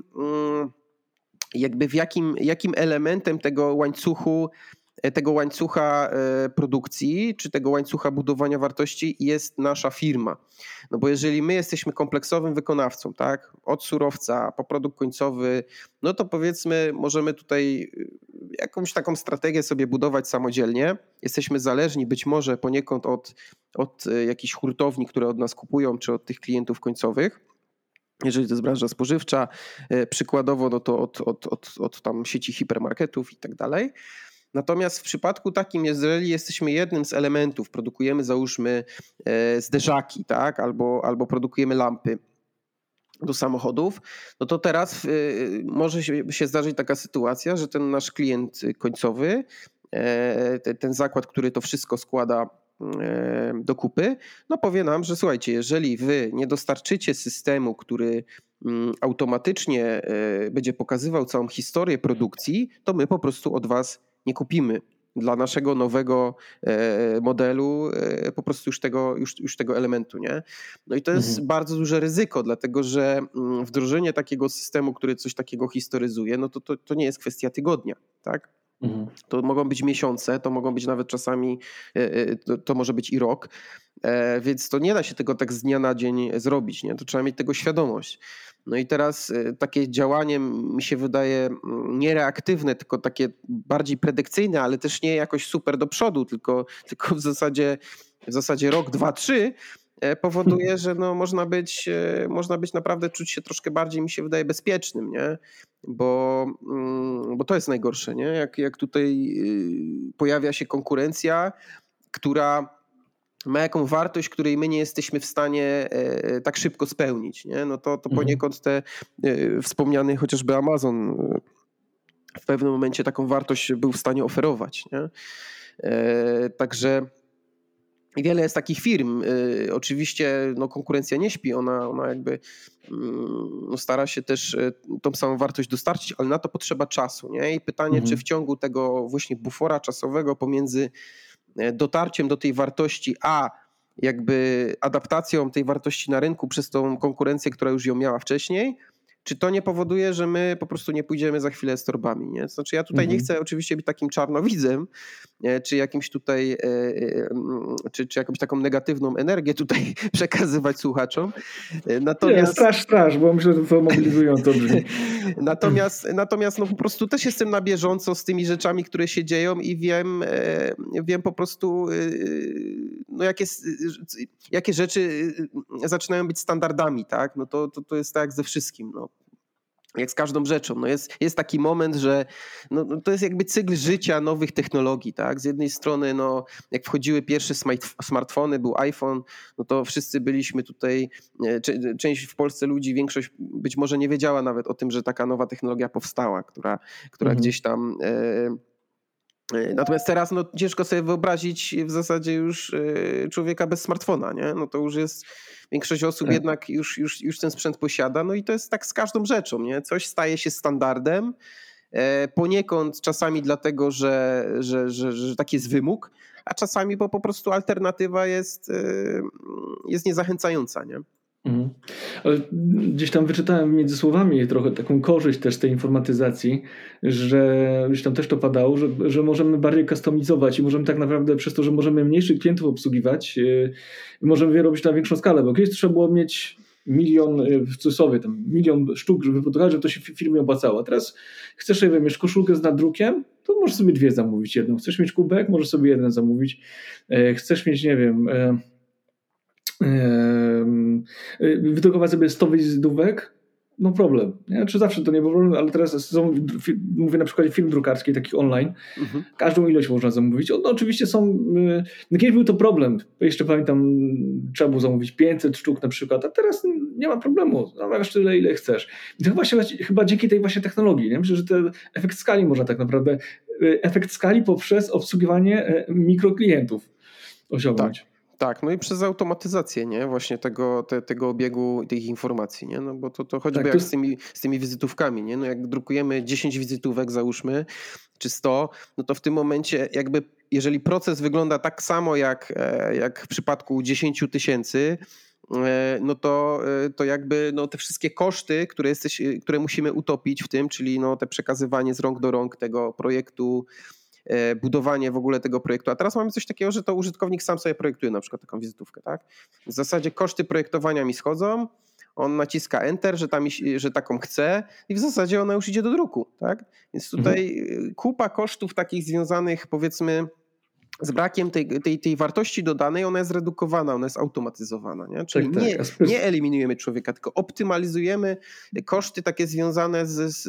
jakim elementem tego łańcucha produkcji, czy tego łańcucha budowania wartości jest nasza firma. No bo jeżeli my jesteśmy kompleksowym wykonawcą, tak, od surowca po produkt końcowy, no to powiedzmy możemy tutaj jakąś taką strategię sobie budować samodzielnie. Jesteśmy zależni być może poniekąd od jakichś hurtowni, które od nas kupują, czy od tych klientów końcowych. Jeżeli to jest branża spożywcza, przykładowo no to od tam sieci hipermarketów i tak dalej. Natomiast w przypadku takim, jeżeli jesteśmy jednym z elementów, produkujemy załóżmy zderzaki, tak, albo produkujemy lampy do samochodów, no to teraz może się zdarzyć taka sytuacja, że ten nasz klient końcowy, ten zakład, który to wszystko składa do kupy, no powie nam, że słuchajcie, jeżeli wy nie dostarczycie systemu, który automatycznie będzie pokazywał całą historię produkcji, to my po prostu od was nie kupimy. Dla naszego nowego modelu po prostu już tego elementu, nie? No i to jest bardzo duże ryzyko, dlatego że wdrożenie takiego systemu, który coś takiego historyzuje, no to nie jest kwestia tygodnia, tak? To mogą być miesiące, to mogą być nawet czasami, to może być i rok, więc to nie da się tego tak z dnia na dzień zrobić, nie? To trzeba mieć tego świadomość. No i teraz takie działanie mi się wydaje nie reaktywne, tylko takie bardziej predykcyjne, ale też nie jakoś super do przodu, tylko w zasadzie rok, 2, 3, powoduje, że no można być naprawdę, czuć się troszkę bardziej, mi się wydaje, bezpiecznym, nie? Bo to jest najgorsze, nie? Jak tutaj pojawia się konkurencja, która ma jaką wartość, której my nie jesteśmy w stanie tak szybko spełnić, nie? No to poniekąd te wspomniany chociażby Amazon w pewnym momencie taką wartość był w stanie oferować, nie? Także wiele jest takich firm. Oczywiście no, konkurencja nie śpi, ona jakby no, stara się też tą samą wartość dostarczyć, ale na to potrzeba czasu, nie? I pytanie, czy w ciągu tego właśnie bufora czasowego pomiędzy dotarciem do tej wartości, a jakby adaptacją tej wartości na rynku przez tą konkurencję, która już ją miała wcześniej, czy to nie powoduje, że my po prostu nie pójdziemy za chwilę z torbami, nie? Znaczy ja tutaj nie chcę oczywiście być takim czarnowidzem, czy jakimś tutaj, czy jakąś taką negatywną energię tutaj przekazywać słuchaczom. Natomiast... Nie, straż, bo myślę, że to mobilizująco brzmi. Natomiast no po prostu też jestem na bieżąco z tymi rzeczami, które się dzieją i wiem po prostu no jakie rzeczy zaczynają być standardami, tak? No to jest tak jak ze wszystkim, no. Jak z każdą rzeczą. No jest taki moment, że no to jest jakby cykl życia nowych technologii, tak? Z jednej strony, no, jak wchodziły pierwsze smartfony, był iPhone, no to wszyscy byliśmy tutaj, część w Polsce ludzi, większość być może nie wiedziała nawet o tym, że taka nowa technologia powstała, która gdzieś tam... Natomiast teraz no, ciężko sobie wyobrazić w zasadzie już człowieka bez smartfona, nie? No to już jest... Większość osób jednak już ten sprzęt posiada, no i to jest tak z każdą rzeczą, nie? Coś staje się standardem, poniekąd czasami dlatego, że taki jest wymóg, a czasami bo po prostu alternatywa jest niezachęcająca, nie? Ale gdzieś tam wyczytałem między słowami trochę taką korzyść też tej informatyzacji, że gdzieś tam też to padało, że możemy bardziej kustomizować i możemy tak naprawdę przez to, że możemy mniejszych klientów obsługiwać, możemy je robić na większą skalę, bo kiedyś trzeba było mieć w cudzysłowie, tam 1 000 000 sztuk, żeby pokazać, że to się firmie opłacało. A teraz chcesz sobie mieć koszulkę z nadrukiem, to możesz sobie 2 zamówić, jedną. Chcesz mieć kubek, możesz sobie 1 zamówić. Chcesz mieć, nie wiem... wydrukować sobie 100 wizytówek, no problem. Nie? Czy zawsze to nie był problem, ale teraz mówię na przykładzie firm drukarskich, takich online, każdą ilość można zamówić. No oczywiście kiedyś był to problem, jeszcze pamiętam, trzeba było zamówić 500 sztuk na przykład, a teraz nie ma problemu, zamawiasz tyle, ile chcesz. I to chyba dzięki tej właśnie technologii, nie? Myślę, że ten efekt skali można tak naprawdę, efekt skali poprzez obsługiwanie mikroklientów osiągnąć. Tak, no i przez automatyzację, nie? Właśnie tego obiegu tych informacji, nie? No bo to choćby jak z tymi wizytówkami, nie? No jak drukujemy 10 wizytówek, załóżmy, czy 100, no to w tym momencie jakby, jeżeli proces wygląda tak samo jak w przypadku 10 000, no to jakby no te wszystkie koszty, które musimy utopić w tym, czyli no te przekazywanie z rąk do rąk tego projektu, budowanie w ogóle tego projektu. A teraz mamy coś takiego, że to użytkownik sam sobie projektuje na przykład taką wizytówkę, tak? W zasadzie koszty projektowania mi schodzą, on naciska Enter, że taką chce i w zasadzie ona już idzie do druku, tak? Więc tutaj kupa kosztów takich związanych, powiedzmy, z brakiem tej wartości dodanej, ona jest redukowana, ona jest automatyzowana, nie? Czyli nie eliminujemy człowieka, tylko optymalizujemy koszty takie związane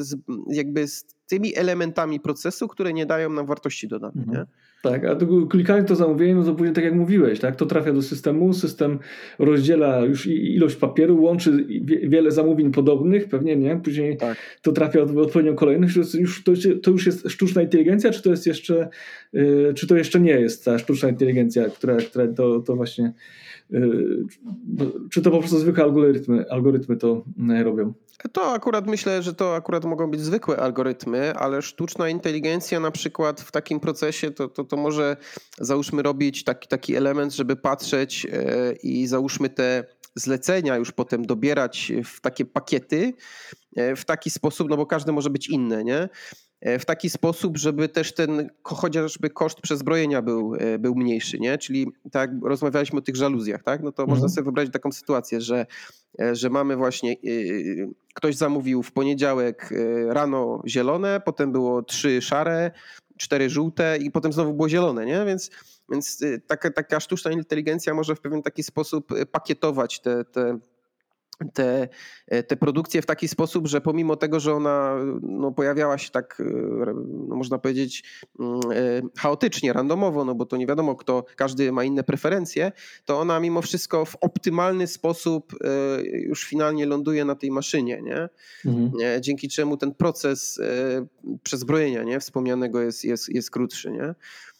z tymi elementami procesu, które nie dają nam wartości dodanej. Nie? Tak, a klikając to zamówienie, no to później tak jak mówiłeś, tak, to trafia do systemu, system rozdziela już ilość papieru, łączy wiele zamówień podobnych, pewnie nie, później to trafia w odpowiednią kolejność. To już jest sztuczna inteligencja, czy to jest jeszcze, czy to jeszcze nie jest ta sztuczna inteligencja, która to właśnie, czy to po prostu zwykłe algorytmy to robią? To akurat myślę, że to akurat mogą być zwykłe algorytmy, ale sztuczna inteligencja na przykład w takim procesie to może załóżmy robić taki element, żeby patrzeć i załóżmy te zlecenia już potem dobierać w takie pakiety w taki sposób, no bo każdy może być inny, nie? W taki sposób, żeby też ten chociażby koszt przezbrojenia był mniejszy, nie? Czyli tak jak rozmawialiśmy o tych żaluzjach, tak? No to można sobie wyobrazić taką sytuację, że mamy właśnie, ktoś zamówił w poniedziałek rano zielone, potem było 3 szare, 4 żółte i potem znowu było zielone, nie? Więc Więc taka sztuczna inteligencja może w pewien taki sposób pakietować te produkcje w taki sposób, że pomimo tego, że ona pojawiała się tak, można powiedzieć, chaotycznie, randomowo, bo to nie wiadomo każdy ma inne preferencje, to ona mimo wszystko w optymalny sposób już finalnie ląduje na tej maszynie, nie? Dzięki czemu ten proces przezbrojenia, nie, wspomnianego jest krótszy, nie?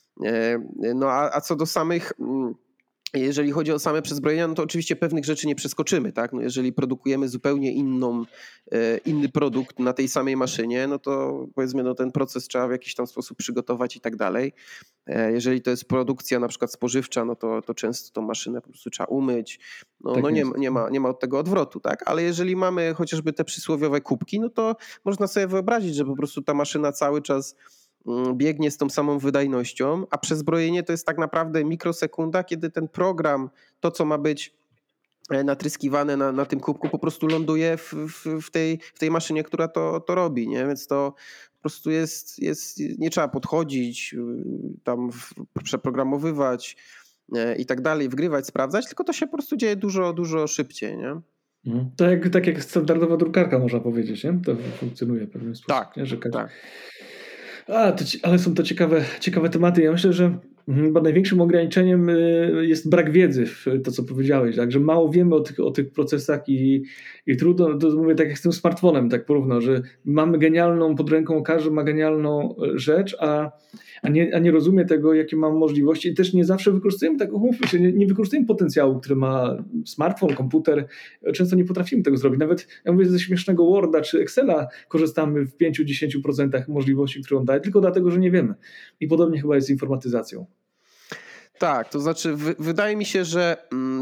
A co do samych... Jeżeli chodzi o same przezbrojenia, no to oczywiście pewnych rzeczy nie przeskoczymy, tak? Jeżeli produkujemy zupełnie inny produkt na tej samej maszynie, no to powiedzmy, ten proces trzeba w jakiś tam sposób przygotować i tak dalej. Jeżeli to jest produkcja na przykład spożywcza, no to często tą maszynę po prostu trzeba umyć. Nie ma od tego odwrotu, tak? Ale jeżeli mamy chociażby te przysłowiowe kubki, no to można sobie wyobrazić, że po prostu ta maszyna cały czas biegnie z tą samą wydajnością, a przezbrojenie to jest tak naprawdę mikrosekunda, kiedy ten program, to co ma być natryskiwane na tym kubku, po prostu ląduje w tej maszynie, która to robi, nie? Więc to po prostu nie trzeba podchodzić, tam przeprogramowywać i tak dalej, wgrywać, sprawdzać, tylko to się po prostu dzieje dużo, dużo szybciej, nie? To tak jak standardowa drukarka, można powiedzieć, nie? To funkcjonuje w pewien sposób. Tak, nie? Że tak. Ale są to ciekawe tematy. Ja myślę, że chyba największym ograniczeniem jest brak wiedzy w to, co powiedziałeś, tak? Że mało wiemy o tych procesach i trudno, to mówię tak jak z tym smartfonem, tak porówno, że mamy genialną pod ręką, każdy ma genialną rzecz, a nie rozumie tego, jakie ma możliwości i też nie zawsze wykorzystujemy tego, umówmy się, nie wykorzystujemy potencjału, który ma smartfon, komputer, często nie potrafimy tego zrobić. Nawet ja mówię, ze śmiesznego Worda czy Excela korzystamy w 5-10% możliwości, które on daje, tylko dlatego, że nie wiemy. I podobnie chyba jest z informatyzacją. Tak, to znaczy wydaje mi się, że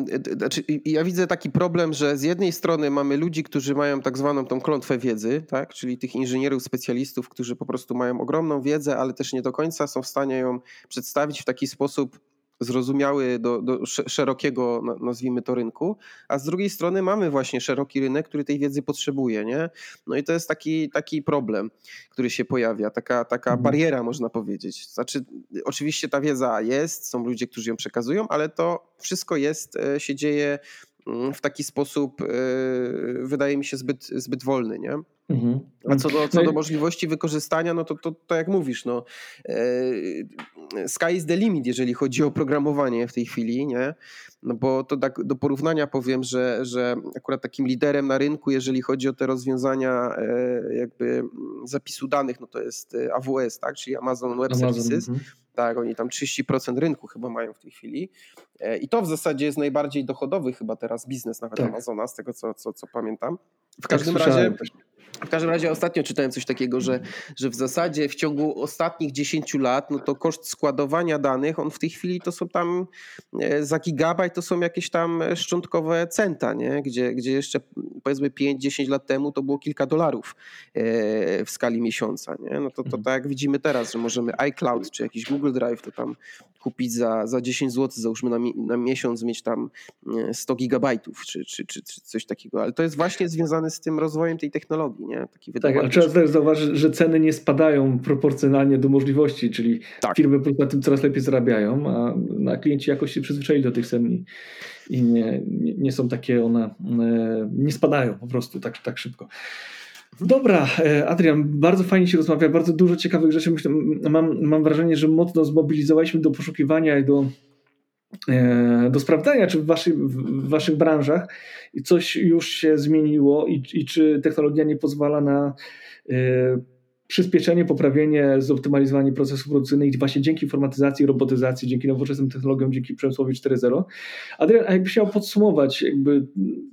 ja widzę taki problem, że z jednej strony mamy ludzi, którzy mają tak zwaną tą klątwę wiedzy, tak? Czyli tych inżynierów, specjalistów, którzy po prostu mają ogromną wiedzę, ale też nie do końca są w stanie ją przedstawić w taki sposób zrozumiały do szerokiego, nazwijmy to, rynku, a z drugiej strony mamy właśnie szeroki rynek, który tej wiedzy potrzebuje, nie? No i to jest taki problem, który się pojawia, taka bariera, można powiedzieć. Znaczy, oczywiście ta wiedza jest, są ludzie, którzy ją przekazują, ale to wszystko się dzieje w taki sposób, wydaje mi się, zbyt wolny, nie? A co do możliwości wykorzystania, no to jak mówisz, sky is the limit, jeżeli chodzi o programowanie w tej chwili, nie? No bo to tak do porównania powiem, że akurat takim liderem na rynku, jeżeli chodzi o te rozwiązania jakby zapisu danych, no to jest AWS, tak? Czyli Amazon Web Services. Tak, oni tam 30% rynku chyba mają w tej chwili. I to w zasadzie jest najbardziej dochodowy chyba teraz biznes nawet Amazona, z tego co pamiętam. W każdym razie ostatnio czytałem coś takiego, że w zasadzie w ciągu ostatnich 10 lat, no to koszt składowania danych, on w tej chwili to są tam za gigabajt to są jakieś tam szczątkowe centa, nie? Gdzie jeszcze powiedzmy 5-10 lat temu to było kilka dolarów w skali miesiąca, nie? No to tak jak widzimy teraz, że możemy iCloud czy jakiś Google Drive to tam kupić za 10 zł, załóżmy na miesiąc, mieć tam 100 gigabajtów czy coś takiego. Ale to jest właśnie związane z tym rozwojem tej technologii, nie? Tak, ale trzeba też zauważyć, że ceny nie spadają proporcjonalnie do możliwości, czyli firmy na tym coraz lepiej zarabiają, a klienci jakoś się przyzwyczaili do tych cen i nie są takie, one nie spadają po prostu tak szybko. Dobra, Adrian, bardzo fajnie się rozmawia, bardzo dużo ciekawych rzeczy. Myślę, mam wrażenie, że mocno zmobilizowaliśmy do poszukiwania i do sprawdzania, czy w waszych branżach coś już się zmieniło i czy technologia nie pozwala na przyspieszenie, poprawienie, zoptymalizowanie procesów produkcyjnych właśnie dzięki informatyzacji, robotyzacji, dzięki nowoczesnym technologiom, dzięki przemysłowi 4.0. Adrian, a jakbyś miał podsumować jakby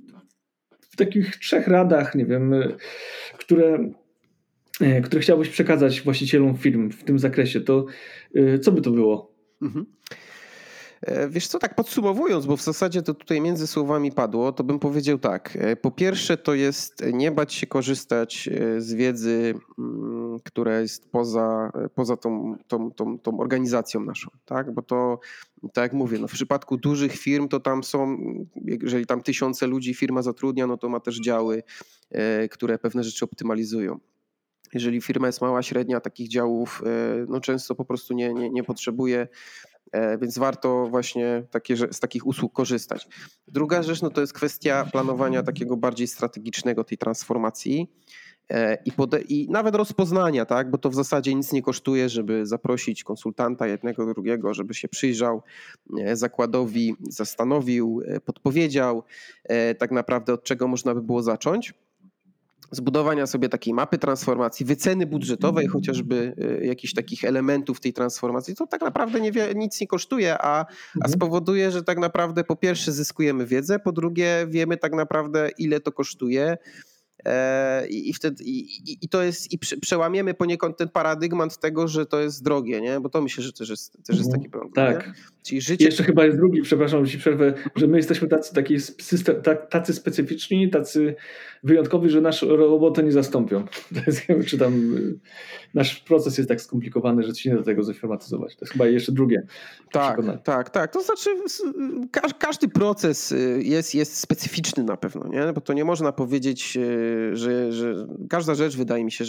w takich 3 radach, nie wiem, które chciałbyś przekazać właścicielom firm w tym zakresie, to co by to było? Wiesz co, tak podsumowując, bo w zasadzie to tutaj między słowami padło, to bym powiedział tak. Po pierwsze to jest nie bać się korzystać z wiedzy, która jest poza tą organizacją naszą, tak? Bo to, tak jak mówię, w przypadku dużych firm to tam są, jeżeli tam tysiące ludzi firma zatrudnia, no to ma też działy, które pewne rzeczy optymalizują. Jeżeli firma jest mała, średnia, takich działów często po prostu nie potrzebuje. Więc warto właśnie z takich usług korzystać. Druga rzecz to jest kwestia planowania takiego bardziej strategicznego tej transformacji i nawet rozpoznania, tak? Bo to w zasadzie nic nie kosztuje, żeby zaprosić konsultanta jednego, drugiego, żeby się przyjrzał zakładowi, zastanowił, podpowiedział tak naprawdę od czego można by było zacząć. Zbudowania sobie takiej mapy transformacji, wyceny budżetowej, chociażby jakichś takich elementów tej transformacji, to tak naprawdę nic nie kosztuje, a spowoduje, że tak naprawdę po pierwsze zyskujemy wiedzę, po drugie wiemy tak naprawdę ile to kosztuje i wtedy to jest przełamiemy poniekąd ten paradygmat tego, że to jest drogie, nie? Bo to myślę, że też jest taki problem. Tak. Nie? Czyli życie... Jeszcze chyba jest drugi, przepraszam, że ci przerwę, że my jesteśmy tacy specyficzni, tacy wyjątkowi, że nasze roboty nie zastąpią. To jest, czy tam nasz proces jest tak skomplikowany, że się nie da tego zinformatyzować. To jest chyba jeszcze drugie. Tak. To znaczy każdy proces jest specyficzny na pewno, nie? Bo to nie można powiedzieć, że każda rzecz wydaje mi się,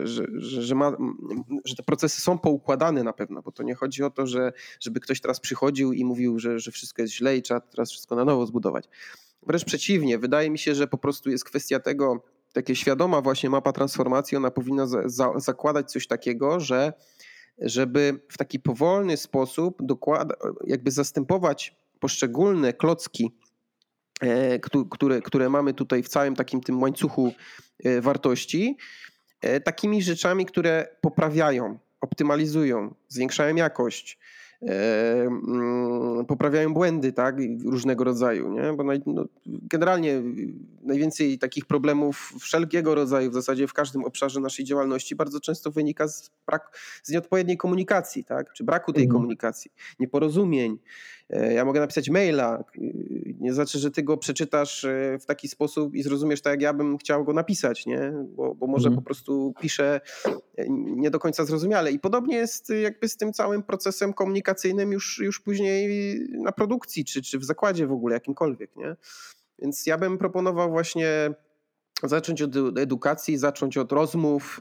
że te procesy są poukładane na pewno, bo to nie chodzi o to, żeby ktoś teraz przychodził i mówił, że wszystko jest źle i trzeba teraz wszystko na nowo zbudować. Wręcz przeciwnie, wydaje mi się, że po prostu jest kwestia tego, takie świadoma właśnie mapa transformacji, ona powinna zakładać coś takiego, żeby w taki powolny sposób jakby zastępować poszczególne klocki, które mamy tutaj w całym takim tym łańcuchu wartości, takimi rzeczami, które poprawiają, optymalizują, zwiększają jakość, poprawiają błędy, tak, różnego rodzaju, nie? Bo generalnie najwięcej takich problemów wszelkiego rodzaju w zasadzie w każdym obszarze naszej działalności bardzo często wynika z nieodpowiedniej komunikacji, tak, czy braku tej komunikacji, nieporozumień. Ja mogę napisać maila, nie znaczy, że ty go przeczytasz w taki sposób i zrozumiesz tak, jak ja bym chciał go napisać, nie? Bo może po prostu piszę nie do końca zrozumiale. I podobnie jest jakby z tym całym procesem komunikacyjnym już później na produkcji, czy w zakładzie w ogóle jakimkolwiek, nie? Więc ja bym proponował właśnie zacząć od edukacji, zacząć od rozmów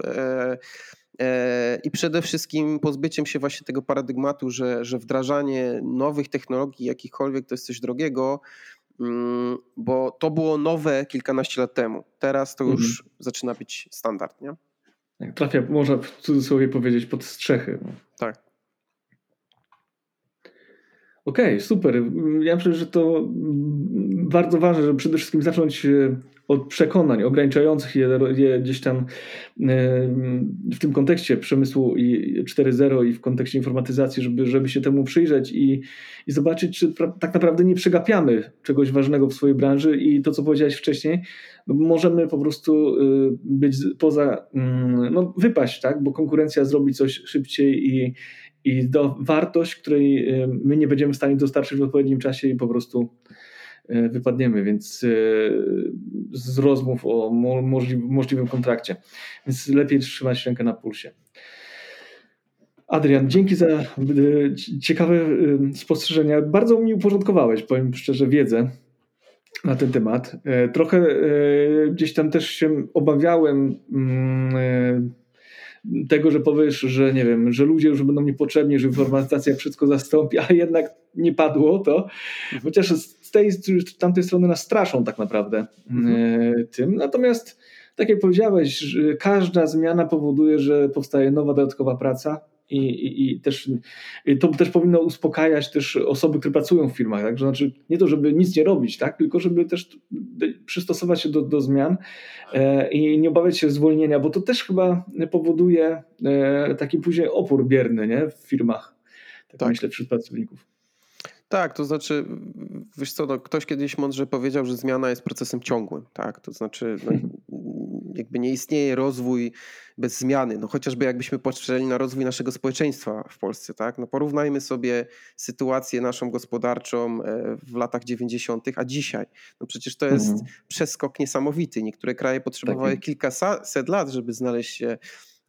i przede wszystkim pozbyciem się właśnie tego paradygmatu, że wdrażanie nowych technologii jakichkolwiek to jest coś drogiego, bo to było nowe kilkanaście lat temu. Teraz to już zaczyna być standard, nie? Trafia, można w cudzysłowie powiedzieć, pod strzechy. Tak. Okej, super. Ja myślę, że to bardzo ważne, żeby przede wszystkim zacząć od przekonań ograniczających je gdzieś tam w tym kontekście przemysłu 4.0 i w kontekście informatyzacji, żeby się temu przyjrzeć i zobaczyć, czy tak naprawdę nie przegapiamy czegoś ważnego w swojej branży i to, co powiedziałeś wcześniej, możemy po prostu być wypaść, tak? Bo konkurencja zrobi coś szybciej i wartość, której my nie będziemy w stanie dostarczyć w odpowiednim czasie i po prostu wypadniemy, więc z rozmów o możliwym kontrakcie. Więc lepiej trzymać rękę na pulsie. Adrian, dzięki za ciekawe spostrzeżenia. Bardzo mi uporządkowałeś, powiem szczerze, wiedzę na ten temat. Trochę gdzieś tam też się obawiałem tego, że powiesz, że nie wiem, że ludzie już będą niepotrzebni, że informatyzacja wszystko zastąpi, a jednak nie padło to. Chociaż z tej czy tamtej strony nas straszą tak naprawdę tym. Natomiast tak jak powiedziałeś, że każda zmiana powoduje, że powstaje nowa dodatkowa praca i to też powinno uspokajać też osoby, które pracują w firmach. Tak? Znaczy nie to, żeby nic nie robić, tak? Tylko żeby też przystosować się do zmian i nie obawiać się zwolnienia, bo to też chyba powoduje taki później opór bierny, nie? W firmach. Tak. Myślę, wśród pracowników. Tak, to znaczy, wiesz co, ktoś kiedyś mądrze powiedział, że zmiana jest procesem ciągłym, tak? To znaczy, jakby nie istnieje rozwój bez zmiany. Chociażby jakbyśmy patrzyli na rozwój naszego społeczeństwa w Polsce, tak? Porównajmy sobie sytuację naszą gospodarczą w latach 90., a dzisiaj. Przecież to jest przeskok niesamowity. Niektóre kraje potrzebowały kilkaset lat, żeby znaleźć się,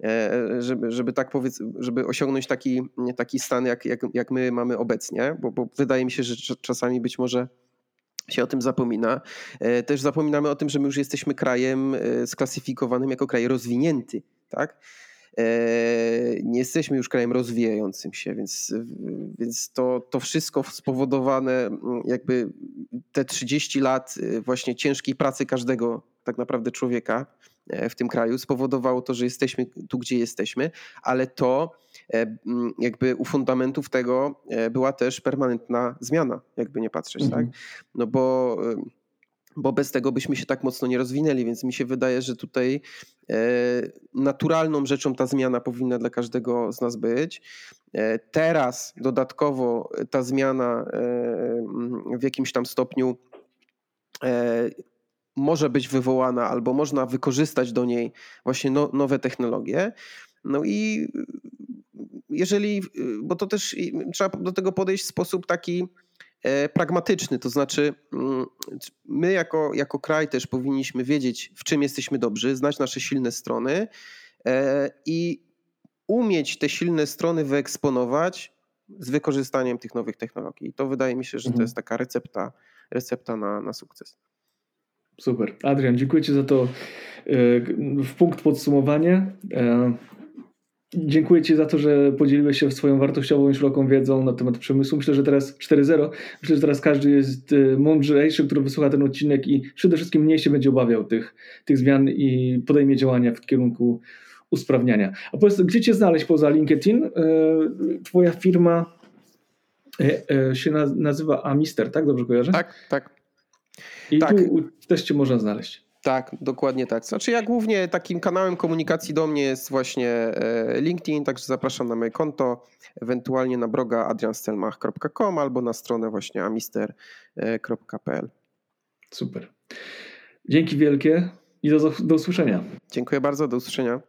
żeby osiągnąć taki stan, jak my mamy obecnie, bo wydaje mi się, że czasami być może się o tym zapomina. Też zapominamy o tym, że my już jesteśmy krajem sklasyfikowanym jako kraj rozwinięty, tak? nie jesteśmy już krajem rozwijającym się, więc to wszystko spowodowane jakby te 30 lat właśnie ciężkiej pracy każdego tak naprawdę człowieka w tym kraju spowodowało to, że jesteśmy tu, gdzie jesteśmy, ale to jakby u fundamentów tego była też permanentna zmiana, jakby nie patrzeć, tak? No bo bez tego byśmy się tak mocno nie rozwinęli, więc mi się wydaje, że tutaj naturalną rzeczą ta zmiana powinna dla każdego z nas być. Teraz dodatkowo ta zmiana w jakimś tam stopniu może być wywołana albo można wykorzystać do niej właśnie nowe technologie. No i jeżeli, bo to też trzeba do tego podejść w sposób taki pragmatyczny, to znaczy my jako kraj też powinniśmy wiedzieć, w czym jesteśmy dobrzy, znać nasze silne strony i umieć te silne strony wyeksponować z wykorzystaniem tych nowych technologii. I to wydaje mi się, że to jest taka recepta na sukces. Super. Adrian, dziękuję Ci za to w punkt podsumowanie. Dziękuję Ci za to, że podzieliłeś się swoją wartościową i szeroką wiedzą na temat przemysłu. Myślę, że teraz 4.0. Myślę, że teraz każdy jest mądrzejszy, który wysłucha ten odcinek i przede wszystkim mniej się będzie obawiał tych zmian i podejmie działania w kierunku usprawniania. A powiedz, gdzie Cię znaleźć poza LinkedIn? Twoja firma się nazywa Amister, tak? Dobrze kojarzę? Tak. I tu też Cię można znaleźć. Tak, dokładnie tak. Znaczy ja głównie takim kanałem komunikacji do mnie jest właśnie LinkedIn, także zapraszam na moje konto, ewentualnie na bloga adrianstelmach.com albo na stronę właśnie amister.pl. Super. Dzięki wielkie i do usłyszenia. Dziękuję bardzo, do usłyszenia.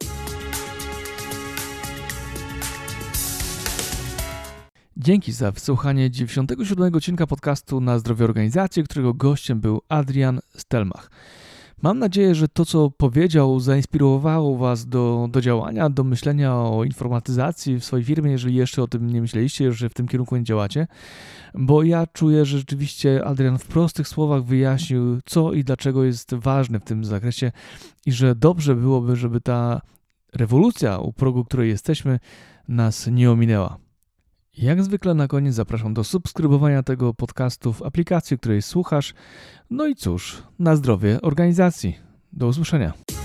Dzięki za wysłuchanie 97 odcinka podcastu Na zdrowie organizacji, którego gościem był Adrian Stelmach. Mam nadzieję, że to, co powiedział, zainspirowało Was do działania, do myślenia o informatyzacji w swojej firmie, jeżeli jeszcze o tym nie myśleliście, że w tym kierunku nie działacie, bo ja czuję, że rzeczywiście Adrian w prostych słowach wyjaśnił, co i dlaczego jest ważne w tym zakresie i że dobrze byłoby, żeby ta rewolucja u progu, której jesteśmy, nas nie ominęła. Jak zwykle na koniec zapraszam do subskrybowania tego podcastu w aplikacji, której słuchasz. No i cóż, na zdrowie organizacji. Do usłyszenia.